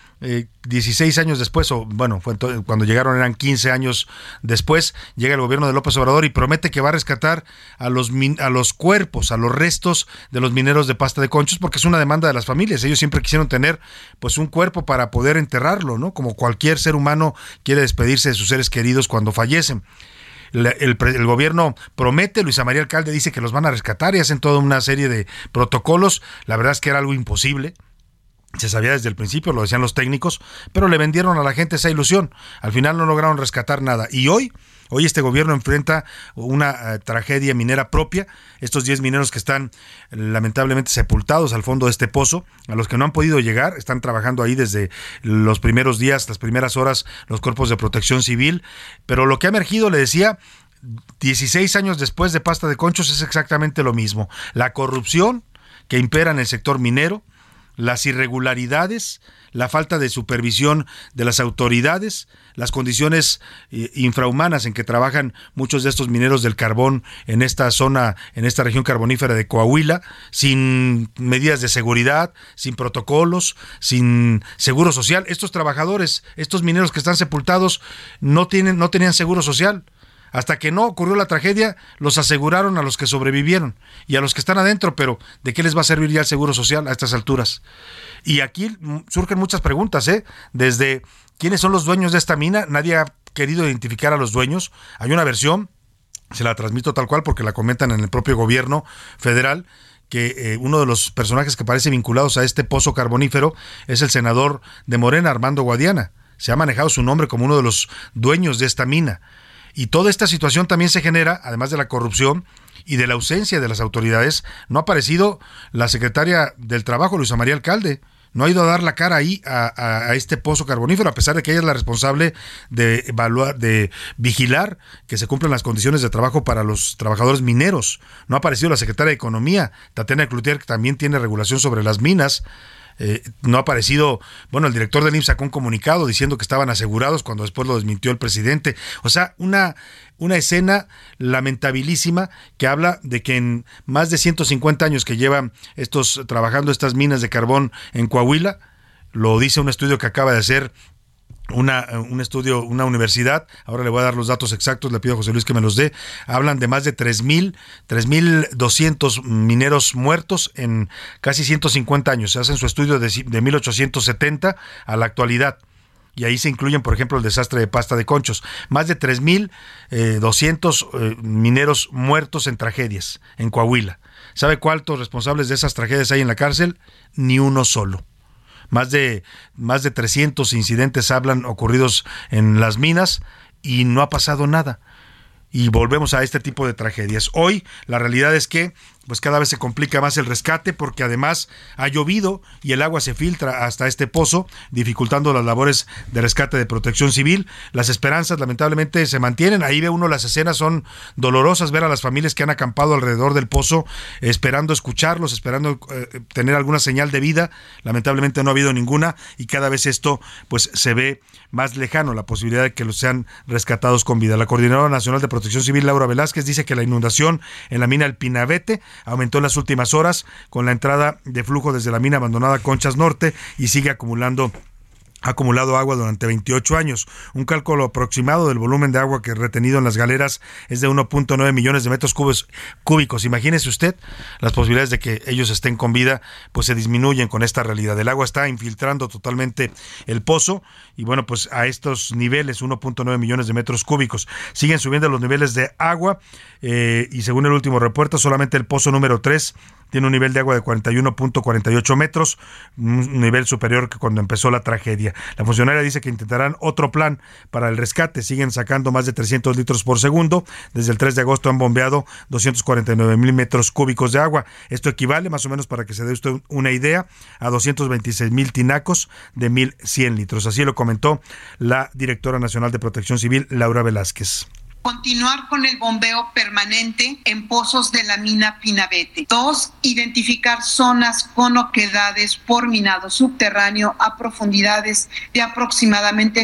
16 años después, cuando llegaron eran 15 años después, llega el gobierno de López Obrador y promete que va a rescatar a los cuerpos, a los restos de los mineros de Pasta de Conchos, porque es una demanda de las familias. Ellos siempre quisieron tener pues un cuerpo para poder enterrarlo, ¿no? Como cualquier ser humano quiere despedirse de sus seres queridos cuando fallecen. El gobierno promete, Luisa María Alcalde dice que los van a rescatar y hacen toda una serie de protocolos. La verdad es que era algo imposible. Se sabía desde el principio, lo decían los técnicos, pero le vendieron a la gente esa ilusión. Al final no lograron rescatar nada. Y hoy este gobierno enfrenta una tragedia minera propia. Estos 10 mineros que están lamentablemente sepultados al fondo de este pozo, a los que no han podido llegar, están trabajando ahí desde los primeros días, las primeras horas, los cuerpos de protección civil. Pero lo que ha emergido, le decía, 16 años después de Pasta de Conchos, es exactamente lo mismo. La corrupción que impera en el sector minero, las irregularidades, la falta de supervisión de las autoridades, las condiciones infrahumanas en que trabajan muchos de estos mineros del carbón en esta zona, en esta región carbonífera de Coahuila, sin medidas de seguridad, sin protocolos, sin seguro social. Estos trabajadores, estos mineros que están sepultados, no tenían seguro social. Hasta que no ocurrió la tragedia, los aseguraron a los que sobrevivieron y a los que están adentro, pero ¿de qué les va a servir ya el seguro social a estas alturas? Y aquí surgen muchas preguntas, desde ¿quiénes son los dueños de esta mina? Nadie ha querido identificar a los dueños. Hay una versión, se la transmito tal cual porque la comentan en el propio gobierno federal, que uno de los personajes que parece vinculados a este pozo carbonífero es el senador de Morena, Armando Guadiana. Se ha manejado su nombre como uno de los dueños de esta mina. Y toda esta situación también se genera, además de la corrupción y de la ausencia de las autoridades. No ha aparecido la secretaria del Trabajo, Luisa María Alcalde. No ha ido a dar la cara ahí a este pozo carbonífero, a pesar de que ella es la responsable de evaluar, de vigilar que se cumplan las condiciones de trabajo para los trabajadores mineros. No ha aparecido la secretaria de Economía, Tatiana Cloutier, que también tiene regulación sobre las minas. No ha aparecido, el director del IMSS sacó un comunicado diciendo que estaban asegurados cuando después lo desmintió el presidente. O sea, una escena lamentabilísima que habla de que en más de 150 años que llevan trabajando estas minas de carbón en Coahuila, lo dice un estudio que acaba de hacer un estudio, una universidad, ahora le voy a dar los datos exactos, le pido a José Luis que me los dé, hablan de más de 3,200 mineros muertos en casi 150 años, se hacen su estudio de 1870 a la actualidad. y ahí se incluyen, por ejemplo, el desastre de Pasta de Conchos. Más de 3,200 mineros muertos en tragedias en Coahuila. ¿Sabe cuántos responsables de esas tragedias hay en la cárcel? Ni uno solo. Más de 300 incidentes hablan ocurridos en las minas y no ha pasado nada. Y volvemos a este tipo de tragedias. Hoy la realidad es que pues cada vez se complica más el rescate, porque además ha llovido y el agua se filtra hasta este pozo, dificultando las labores de rescate de Protección Civil. Las esperanzas lamentablemente se mantienen. Ahí ve uno las escenas, son dolorosas, ver a las familias que han acampado alrededor del pozo, esperando escucharlos, esperando tener alguna señal de vida. Lamentablemente no ha habido ninguna, y cada vez esto pues se ve más lejano, la posibilidad de que los sean rescatados con vida. La Coordinadora Nacional de Protección Civil, Laura Velázquez, dice que la inundación en la mina El Pinabete aumentó en las últimas horas con la entrada de flujo desde la mina abandonada Conchas Norte, y sigue acumulado agua durante 28 años. Un cálculo aproximado del volumen de agua que retenido en las galeras es de 1.9 millones de metros cúbicos. Imagínese usted, las posibilidades de que ellos estén con vida pues se disminuyen con esta realidad. El agua está infiltrando totalmente el pozo, y bueno, pues a estos niveles, 1.9 millones de metros cúbicos, siguen subiendo los niveles de agua, y según el último reporte, solamente el pozo número 3 tiene un nivel de agua de 41.48 metros, un nivel superior que cuando empezó la tragedia. La funcionaria dice que intentarán otro plan para el rescate. Siguen sacando más de 300 litros por segundo. Desde el 3 de agosto han bombeado 249,000 metros cúbicos de agua. Esto equivale, más o menos, para que se dé usted una idea, a 226,000 tinacos de 1,100 litros. Así lo comentó la directora nacional de Protección Civil, Laura Velázquez. Continuar con el bombeo permanente en pozos de la mina Pinabete. 2. Identificar zonas con oquedades por minado subterráneo a profundidades de aproximadamente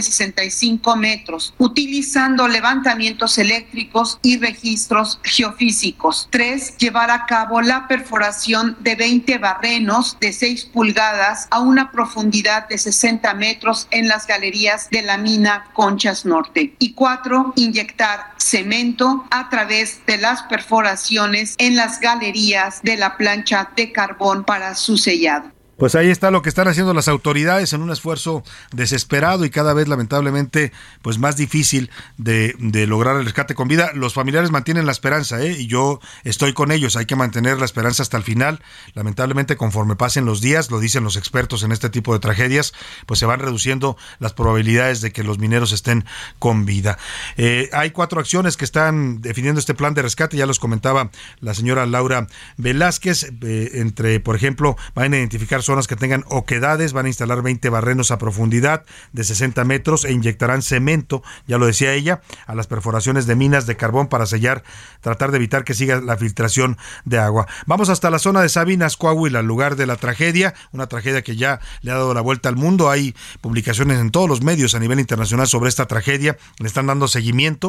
65 metros, utilizando levantamientos eléctricos y registros geofísicos. 3. Llevar a cabo la perforación de 20 barrenos de 6 pulgadas a una profundidad de 60 metros en las galerías de la mina Conchas Norte. Y 4. Inyectar cemento a través de las perforaciones en las galerías de la plancha de carbón para su sellado. Pues ahí está lo que están haciendo las autoridades en un esfuerzo desesperado y cada vez lamentablemente pues más difícil de lograr el rescate con vida. Los familiares mantienen la esperanza, y yo estoy con ellos. Hay que mantener la esperanza hasta el final. Lamentablemente, conforme pasen los días, lo dicen los expertos en este tipo de tragedias, pues se van reduciendo las probabilidades de que los mineros estén con vida. Hay 4 acciones que están definiendo este plan de rescate, ya los comentaba la señora Laura Velázquez. Entre, por ejemplo, van a identificar zonas que tengan oquedades, van a instalar 20 barrenos a profundidad de 60 metros e inyectarán cemento, ya lo decía ella, a las perforaciones de minas de carbón para sellar, tratar de evitar que siga la filtración de agua. Vamos hasta la zona de Sabinas, Coahuila, el lugar de la tragedia, una tragedia que ya le ha dado la vuelta al mundo. Hay publicaciones en todos los medios a nivel internacional sobre esta tragedia, le están dando seguimiento,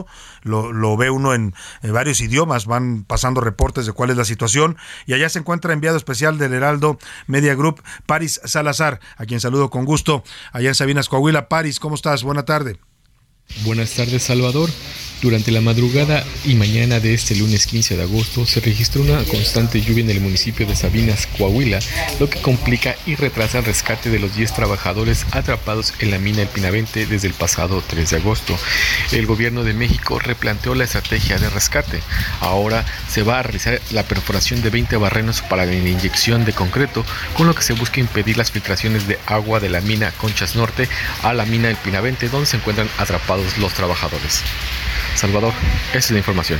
lo ve uno en varios idiomas, van pasando reportes de cuál es la situación, y allá se encuentra enviado especial del Heraldo Media Group, Paris Salazar, a quien saludo con gusto allá en Sabinas, Coahuila. Paris, ¿cómo estás? Buena tarde. Buenas tardes, Salvador. Durante la madrugada y mañana de este lunes 15 de agosto se registró una constante lluvia en el municipio de Sabinas, Coahuila, lo que complica y retrasa el rescate de los 10 trabajadores atrapados en la mina El Pinabete desde el pasado 3 de agosto. El gobierno de México replanteó la estrategia de rescate. Ahora se va a realizar la perforación de 20 barrenos para la inyección de concreto, con lo que se busca impedir las filtraciones de agua de la mina Conchas Norte a la mina El Pinabete, donde se encuentran atrapados los trabajadores. Salvador, esa es la información.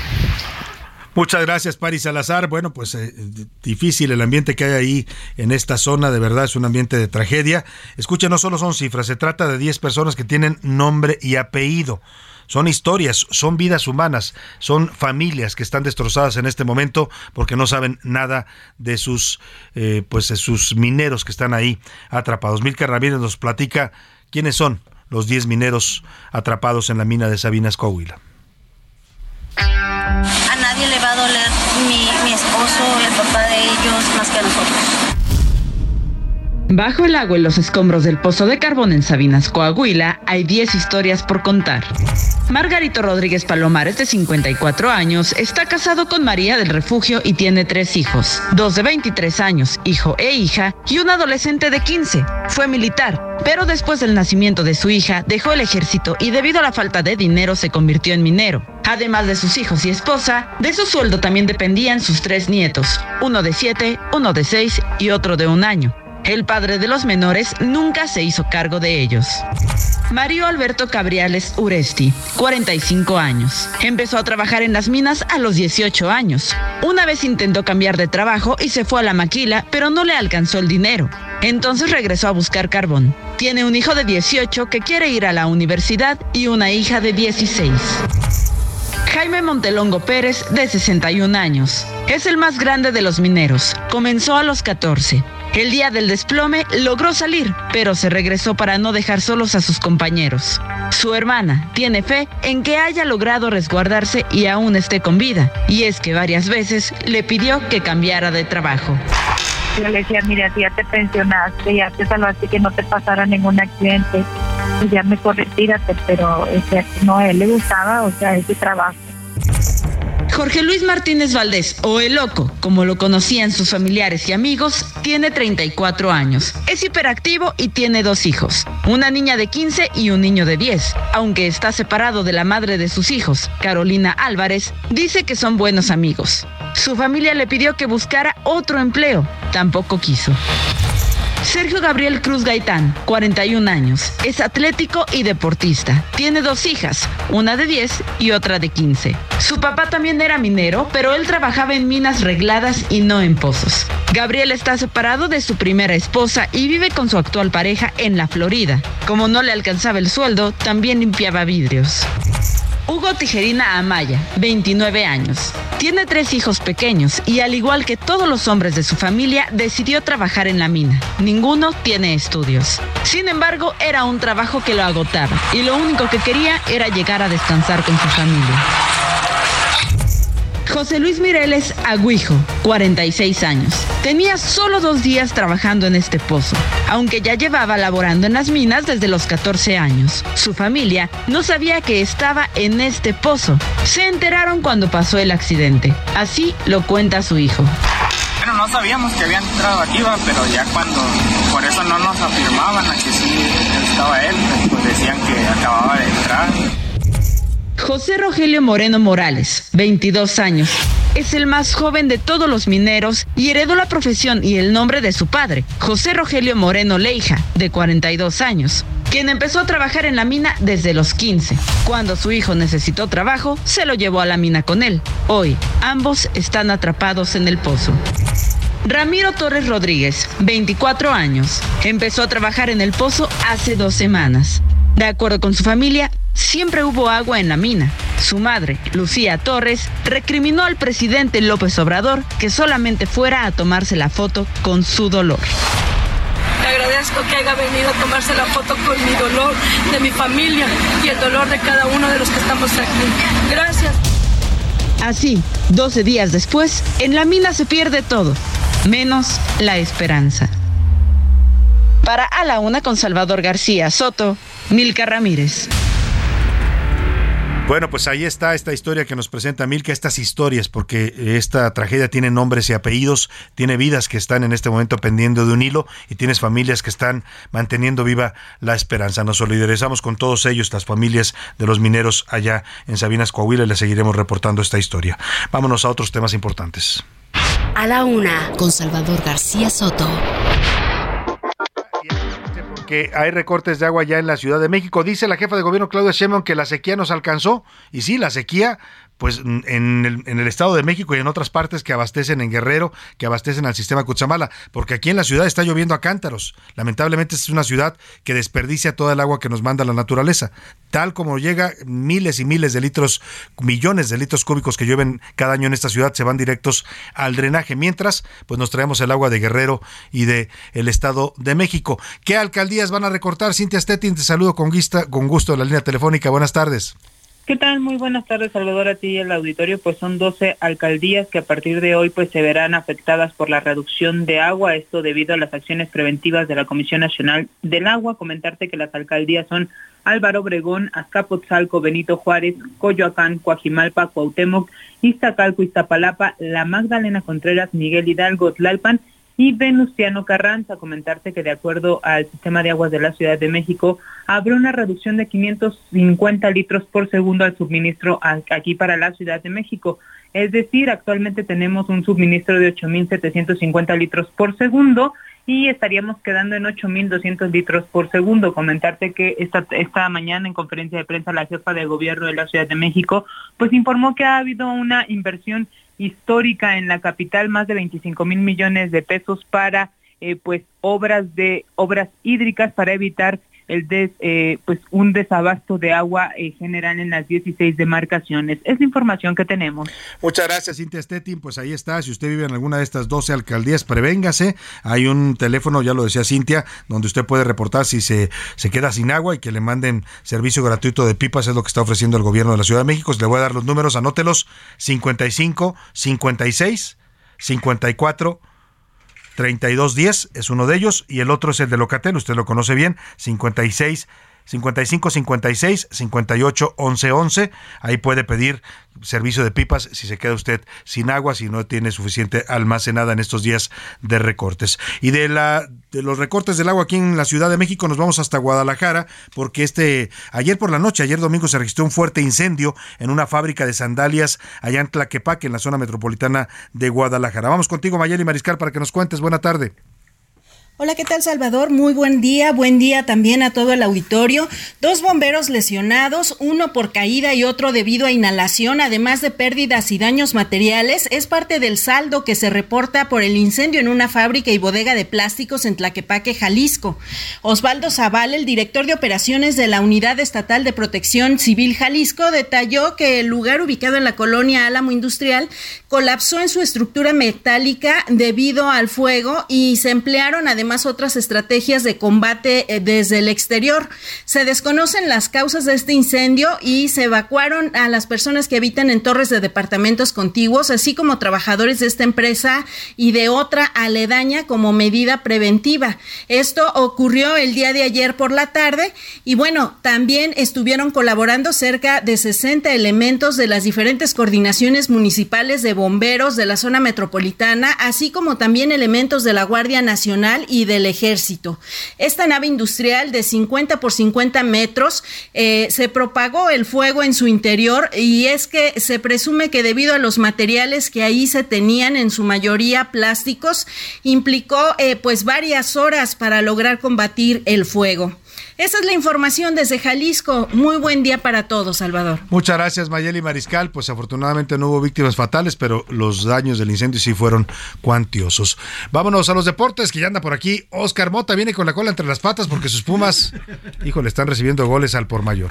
Muchas gracias, Paris Salazar. Bueno, pues difícil el ambiente que hay ahí en esta zona, de verdad es un ambiente de tragedia. Escuchen, no solo son cifras, se trata de 10 personas que tienen nombre y apellido. Son historias, son vidas humanas, son familias que están destrozadas en este momento porque no saben nada de sus mineros que están ahí atrapados. Milka Ramírez nos platica quiénes son los 10 mineros atrapados en la mina de Sabinas, Coahuila. A nadie le va a doler mi esposo, el papá de ellos, más que a nosotros. Bajo el agua en los escombros del pozo de carbón en Sabinas, Coahuila, hay 10 historias por contar. Margarito Rodríguez Palomares, de 54 años, está casado con María del Refugio y tiene 3 hijos, 2 de 23 años, hijo e hija, y un adolescente de 15. Fue militar. pero después del nacimiento de su hija dejó el ejército y debido a la falta de dinero se convirtió en minero. Además de sus hijos y esposa, de su sueldo también dependían sus 3 nietos, uno de 7, uno de 6 y otro de 1 año. El padre de los menores nunca se hizo cargo de ellos. Mario Alberto Cabriales Uresti, 45 años. Empezó a trabajar en las minas a los 18 años. Una vez intentó cambiar de trabajo y se fue a la maquila, pero no le alcanzó el dinero. Entonces regresó a buscar carbón. Tiene un hijo de 18 que quiere ir a la universidad y una hija de 16. Jaime Montelongo Pérez, de 61 años. Es el más grande de los mineros. Comenzó a los 14. El día del desplome logró salir, pero se regresó para no dejar solos a sus compañeros. Su hermana tiene fe en que haya logrado resguardarse y aún esté con vida, y es que varias veces le pidió que cambiara de trabajo. Yo le decía, mira, si ya te pensionaste, ya te salvaste, que no te pasara ningún accidente, pues ya mejor retírate, pero no, a él le gustaba, ese trabajo. Jorge Luis Martínez Valdés, o El Loco, como lo conocían sus familiares y amigos, tiene 34 años. Es hiperactivo y tiene 2 hijos, una niña de 15 y un niño de 10. Aunque está separado de la madre de sus hijos, Carolina Álvarez, dice que son buenos amigos. Su familia le pidió que buscara otro empleo, tampoco quiso. Sergio Gabriel Cruz Gaitán, 41 años, es atlético y deportista. Tiene 2 hijas, una de 10 y otra de 15. Su papá también era minero, pero él trabajaba en minas regladas y no en pozos. Gabriel está separado de su primera esposa y vive con su actual pareja en la Florida. Como no le alcanzaba el sueldo, también limpiaba vidrios. Hugo Tijerina Amaya, 29 años. Tiene 3 hijos pequeños y al igual que todos los hombres de su familia, decidió trabajar en la mina. Ninguno tiene estudios. Sin embargo, era un trabajo que lo agotaba y lo único que quería era llegar a descansar con su familia. José Luis Mireles Aguijo, 46 años. Tenía solo 2 días trabajando en este pozo, aunque ya llevaba laborando en las minas desde los 14 años. Su familia no sabía que estaba en este pozo. Se enteraron cuando pasó el accidente. Así lo cuenta su hijo. Bueno, no sabíamos que habían entrado aquí, pero ya cuando, por eso no nos afirmaban a que sí estaba él, pues decían que acababa de entrar. José Rogelio Moreno Morales, 22 años. Es el más joven de todos los mineros y heredó la profesión y el nombre de su padre, José Rogelio Moreno Leija, de 42 años, quien empezó a trabajar en la mina desde los 15. Cuando su hijo necesitó trabajo, se lo llevó a la mina con él. Hoy, ambos están atrapados en el pozo. Ramiro Torres Rodríguez, 24 años. Empezó a trabajar en el pozo hace 2 semanas. De acuerdo con su familia, siempre hubo agua en la mina. Su madre, Lucía Torres, recriminó al presidente López Obrador que solamente fuera a tomarse la foto con su dolor. Le agradezco que haya venido a tomarse la foto con mi dolor, de mi familia y el dolor de cada uno de los que estamos aquí. Gracias. Así, 12 días después, en la mina se pierde todo, menos la esperanza. Para A la Una con Salvador García Soto, Milka Ramírez. Bueno, pues ahí está esta historia que nos presenta Milka, estas historias, porque esta tragedia tiene nombres y apellidos, tiene vidas que están en este momento pendiendo de un hilo y tienes familias que están manteniendo viva la esperanza. Nos solidarizamos con todos ellos, las familias de los mineros allá en Sabinas, Coahuila, y les seguiremos reportando esta historia. Vámonos a otros temas importantes. A la Una con Salvador García Soto. Que hay recortes de agua ya en la Ciudad de México. Dice la jefa de gobierno Claudia Sheinbaum que la sequía nos alcanzó. Y sí, la sequía, pues en el Estado de México y en otras partes que abastecen en Guerrero, que abastecen al sistema Cutzamala, porque aquí en la ciudad está lloviendo a cántaros. Lamentablemente es una ciudad que desperdicia toda el agua que nos manda la naturaleza. Tal como llega, miles y miles de litros, millones de litros cúbicos que llueven cada año en esta ciudad se van directos al drenaje. Mientras, pues nos traemos el agua de Guerrero y de el Estado de México. ¿Qué alcaldías van a recortar? Cintia Stettin, te saludo con gusto en la línea telefónica. Buenas tardes. ¿Qué tal? Muy buenas tardes, Salvador, a ti y al auditorio. Pues son 12 alcaldías que a partir de hoy pues se verán afectadas por la reducción de agua, esto debido a las acciones preventivas de la Comisión Nacional del Agua. Comentarte que las alcaldías son Álvaro Obregón, Azcapotzalco, Benito Juárez, Coyoacán, Coajimalpa, Cuauhtémoc, Iztacalco, Iztapalapa, La Magdalena Contreras, Miguel Hidalgo, Tlalpan Y Venustiano Carranza, comentarte que de acuerdo al sistema de aguas de la Ciudad de México, habrá una reducción de 550 litros por segundo al suministro aquí para la Ciudad de México. Es decir, actualmente tenemos un suministro de 8.750 litros por segundo y estaríamos quedando en 8.200 litros por segundo. Comentarte que esta mañana en conferencia de prensa la jefa de gobierno de la Ciudad de México pues informó que ha habido una inversión histórica en la capital, más de 25,000 millones de pesos para obras hídricas para evitar un desabasto de agua general en las 16 demarcaciones. Es la información que tenemos. Muchas gracias, Cintia Stettin. Pues ahí está. Si usted vive en alguna de estas 12 alcaldías, prevéngase. Hay un teléfono, ya lo decía Cintia, donde usted puede reportar si se queda sin agua y que le manden servicio gratuito de pipas. Es lo que está ofreciendo el gobierno de la Ciudad de México. Le voy a dar los números, anótelos: 55 56 54 3210 es uno de ellos, y el otro es el de Locatel, usted lo conoce bien, 55 56 58 11 11. Ahí puede pedir servicio de pipas si se queda usted sin agua, si no tiene suficiente almacenada en estos días de recortes. Y de los recortes del agua aquí en la Ciudad de México nos vamos hasta Guadalajara, porque ayer domingo se registró un fuerte incendio en una fábrica de sandalias allá en Tlaquepaque, en la zona metropolitana de Guadalajara. Vamos contigo, Mayeli Mariscal, para que nos cuentes. Buena tarde. Hola, ¿qué tal, Salvador? Muy buen día también a todo el auditorio. 2 bomberos lesionados, uno por caída y otro debido a inhalación, además de pérdidas y daños materiales. Es parte del saldo que se reporta por el incendio en una fábrica y bodega de plásticos en Tlaquepaque, Jalisco. Osvaldo Zavala, el director de operaciones de la Unidad Estatal de Protección Civil Jalisco, detalló que el lugar, ubicado en la colonia Álamo Industrial, colapsó en su estructura metálica debido al fuego y se emplearon además otras estrategias de combate desde el exterior. Se desconocen las causas de este incendio y se evacuaron a las personas que habitan en torres de departamentos contiguos, así como trabajadores de esta empresa y de otra aledaña como medida preventiva. Esto ocurrió el día de ayer por la tarde y bueno, también estuvieron colaborando cerca de 60 elementos de las diferentes coordinaciones municipales de bomberos de la zona metropolitana, así como también elementos de la Guardia Nacional y del Ejército. Esta nave industrial de 50 por 50 metros se propagó el fuego en su interior, y es que se presume que debido a los materiales que ahí se tenían, en su mayoría plásticos, implicó varias horas para lograr combatir el fuego. Esa es la información desde Jalisco. Muy buen día para todos, Salvador. Muchas gracias, Mayeli Mariscal. Pues afortunadamente no hubo víctimas fatales, pero los daños del incendio sí fueron cuantiosos. Vámonos a los deportes, que ya anda por aquí Oscar Mota. Viene con la cola entre las patas porque sus Pumas, híjole, están recibiendo goles al por mayor.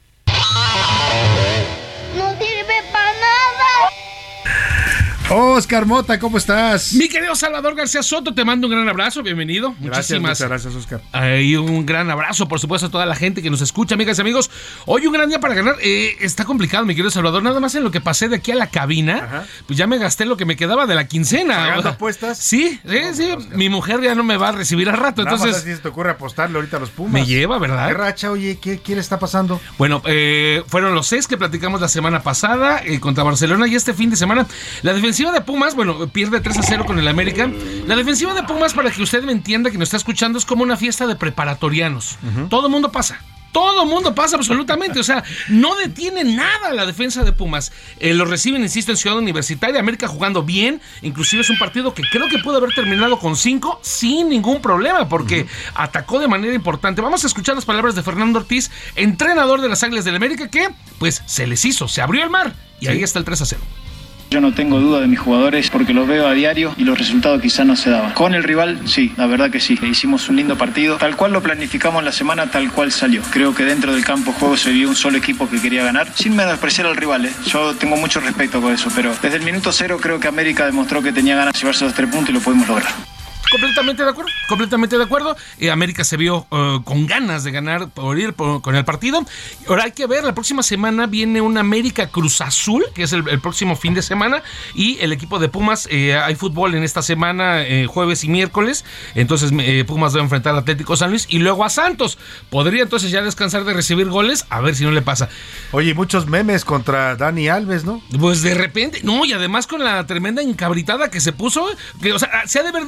Oscar Mota, ¿cómo estás? Mi querido Salvador García Soto, te mando un gran abrazo, bienvenido. Muchas gracias, Oscar. Y un gran abrazo, por supuesto, a toda la gente que nos escucha, amigas y amigos. Hoy un gran día para ganar. Está complicado, mi querido Salvador. Nada más en lo que pasé de aquí a la cabina, pues ya me gasté lo que me quedaba de la quincena. ¿Pagando apuestas? Sí. Mi mujer ya no me va a recibir al rato. Nada entonces, más así se te ocurre apostarle ahorita a los Pumas. Me lleva, ¿verdad? ¿Qué racha? Oye, ¿qué le está pasando? Bueno, fueron los 6 que platicamos la semana pasada contra Barcelona, y este fin de semana la defensiva de Pumas, pierde 3-0 con el América. La defensiva de Pumas, para que usted me entienda, que nos está escuchando, es como una fiesta de preparatorianos. Todo mundo pasa absolutamente, o sea, no detiene nada la defensa de Pumas. Lo reciben, insisto, en Ciudad Universitaria. América jugando bien, inclusive es un partido que creo que pudo haber terminado con 5 sin ningún problema, porque atacó de manera importante. Vamos a escuchar las palabras de Fernando Ortiz, entrenador de las Águilas del América, que pues se abrió el mar, y ahí está el 3-0. Yo no tengo duda de mis jugadores porque los veo a diario y los resultados quizás no se daban. Con el rival, sí, la verdad que sí. Hicimos un lindo partido, tal cual lo planificamos la semana, tal cual salió. Creo que dentro del campo de juego se vio un solo equipo que quería ganar, sin menospreciar al rival. Yo tengo mucho respeto por eso, pero desde el minuto 0 creo que América demostró que tenía ganas de llevarse los 3 puntos y lo pudimos lograr. Completamente de acuerdo. América se vio con ganas de ganar con el partido. Ahora hay que ver, la próxima semana viene un América Cruz Azul, que es el próximo fin de semana, y el equipo de Pumas, hay fútbol en esta semana, jueves y miércoles. Entonces Pumas va a enfrentar al Atlético San Luis y luego a Santos. Podría entonces ya descansar de recibir goles, a ver si no le pasa. Oye, muchos memes contra Dani Alves, ¿no? Pues de repente, no, y además con la tremenda encabritada que se puso, que, o sea, se ha de haber dicho ya después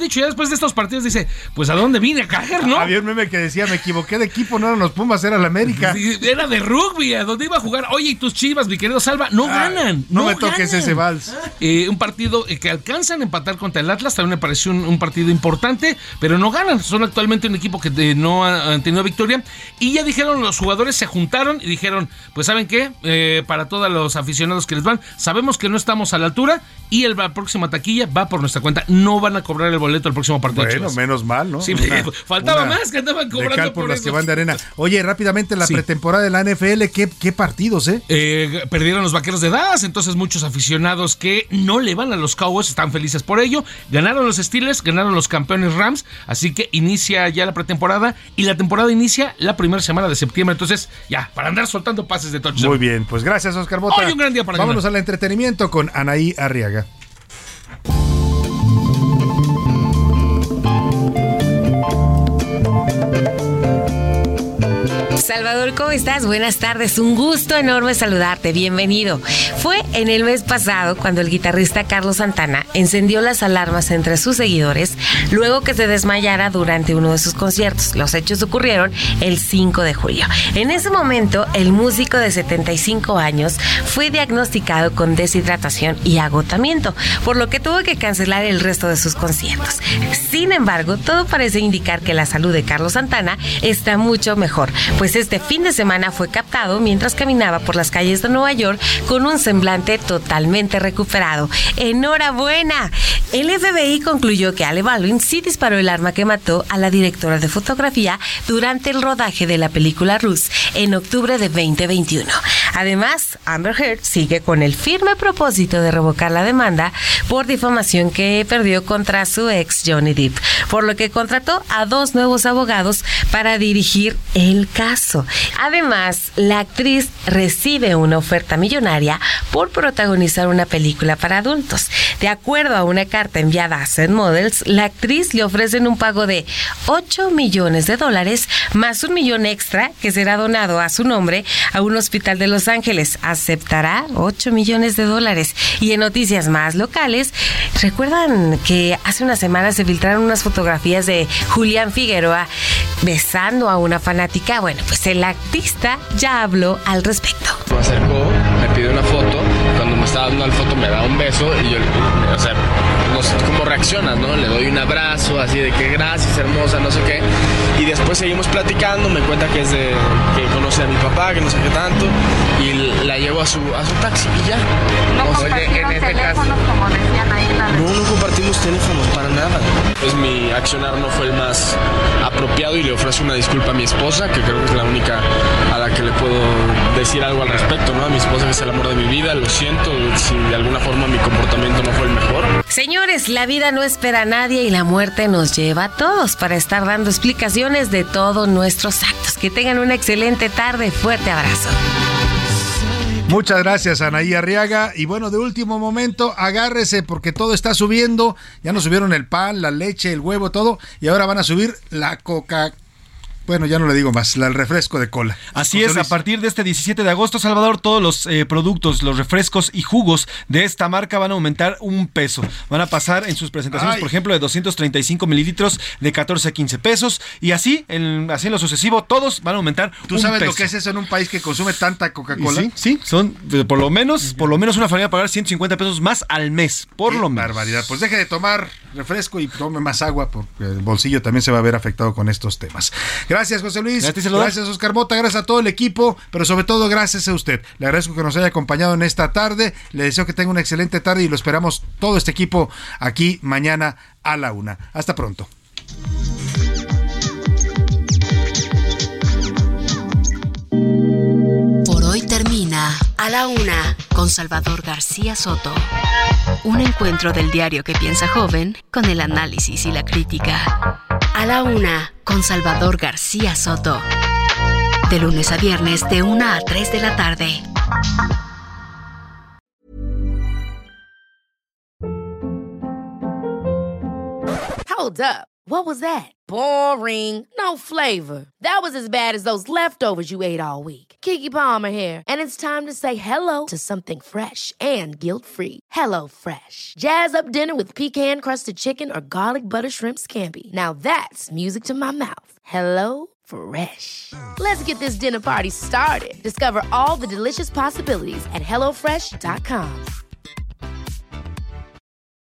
después de estos partidos dice, pues ¿a dónde vine a caer, no? Había un meme que decía, me equivoqué de equipo, no eran los Pumas, era la América. Sí, era de rugby, ¿a dónde iba a jugar? Oye, y tus Chivas, mi querido Salva, no ganan. No me toques ese vals. Un partido que alcanzan a empatar contra el Atlas, también me pareció un partido importante, pero no ganan. Son actualmente un equipo que no han tenido victoria. Y ya dijeron, los jugadores se juntaron y dijeron, pues ¿saben qué? Para todos los aficionados que les van, sabemos que no estamos a la altura y la próxima taquilla va por nuestra cuenta. No van a cobrar el boleto el próximo partido. Bueno, menos mal, ¿no? Sí, faltaba más que andaban cobrando de cal por las eso. que van de arena. Oye, rápidamente, la pretemporada de la NFL, ¿qué partidos, perdieron los Vaqueros de Dallas, entonces muchos aficionados que no le van a los Cowboys están felices por ello. Ganaron los Steelers, ganaron los campeones Rams, así que inicia ya la pretemporada y la temporada inicia la primera semana de septiembre. Entonces, ya, para andar soltando pases de touchdown. Muy bien, pues gracias, Oscar Mota. Hoy un gran día para Vámonos al entretenimiento con Anaí Arriaga. Salvador, ¿cómo estás? Buenas tardes, un gusto enorme saludarte, bienvenido. Fue en el mes pasado cuando el guitarrista Carlos Santana encendió las alarmas entre sus seguidores luego que se desmayara durante uno de sus conciertos. Los hechos ocurrieron el 5 de julio. En ese momento, el músico de 75 años fue diagnosticado con deshidratación y agotamiento, por lo que tuvo que cancelar el resto de sus conciertos. Sin embargo, todo parece indicar que la salud de Carlos Santana está mucho mejor, pues este fin de semana fue captado mientras caminaba por las calles de Nueva York con un semblante totalmente recuperado. ¡Enhorabuena! El FBI concluyó que Alec Baldwin sí disparó el arma que mató a la directora de fotografía durante el rodaje de la película Rust en octubre de 2021. Además, Amber Heard sigue con el firme propósito de revocar la demanda por difamación que perdió contra su ex Johnny Depp, por lo que contrató a 2 nuevos abogados para dirigir el caso. Además, la actriz recibe una oferta millonaria por protagonizar una película para adultos. De acuerdo a una carta enviada a Zen Models, la actriz le ofrecen un pago de $8 millones más $1 millón extra que será donado a su nombre a un hospital de Los Ángeles. Aceptará $8 millones. Y en noticias más locales, ¿recuerdan que hace unas semanas se filtraron unas fotografías de Julián Figueroa besando a una fanática? Bueno, pues el artista ya habló al respecto. Me acercó, me pidió una foto, cuando me estaba dando la foto me da un beso y yo, o sea, no sé cómo reaccionas, ¿no? Le doy un abrazo, así de que gracias, hermosa, no sé qué. Y después seguimos platicando, me cuenta que conoce a mi papá, que no sé qué tanto, y la llevo a su taxi y ya. ¿No compartieron teléfonos como decían ahí en la No compartimos teléfonos para nada. Pues mi accionar no fue el más apropiado y le ofrezco una disculpa a mi esposa, que creo que es la única a la que le puedo decir algo al respecto, ¿no? A mi esposa, que es el amor de mi vida, lo siento si de alguna forma mi comportamiento no fue el mejor. Señores, la vida no espera a nadie y la muerte nos lleva a todos para estar dando explicaciones de todos nuestros actos. Que tengan una excelente tarde, fuerte abrazo. Muchas gracias, Anaí Arriaga. Y bueno, de último momento, agárrese porque todo está subiendo. Ya nos subieron el pan, la leche, el huevo, todo. Y ahora van a subir la coca. Bueno, ya no le digo más, el refresco de cola. Así es, a partir de este 17 de agosto, Salvador, todos los productos, los refrescos y jugos de esta marca van a aumentar $1. Van a pasar en sus presentaciones, por ejemplo, de 235 mililitros de 14 a 15 pesos. Y así en lo sucesivo, todos van a aumentar $1. ¿Tú sabes lo que es eso en un país que consume tanta Coca-Cola? Sí, son por lo menos una familia va a pagar 150 pesos más al mes, por lo menos. Barbaridad. Pues deje de tomar refresco y tome más agua porque el bolsillo también se va a ver afectado con estos temas. Gracias, José Luis. Gracias, Oscar Mota. Gracias a todo el equipo, pero sobre todo gracias a usted. Le agradezco que nos haya acompañado en esta tarde. Le deseo que tenga una excelente tarde y lo esperamos todo este equipo aquí mañana a la 1. Hasta pronto. Por hoy termina A la 1 con Salvador García Soto. Un encuentro del diario que piensa joven con el análisis y la crítica. A la 1 con Salvador García Soto. De lunes a viernes de 1 a 3 de la tarde. Hold up. What was that? Boring. No flavor. That was as bad as those leftovers you ate all week. Keke Palmer here, and it's time to say hello to something fresh and guilt-free. Hello Fresh. Jazz up dinner with pecan-crusted chicken or garlic butter shrimp scampi. Now that's music to my mouth. Hello Fresh. Let's get this dinner party started. Discover all the delicious possibilities at HelloFresh.com.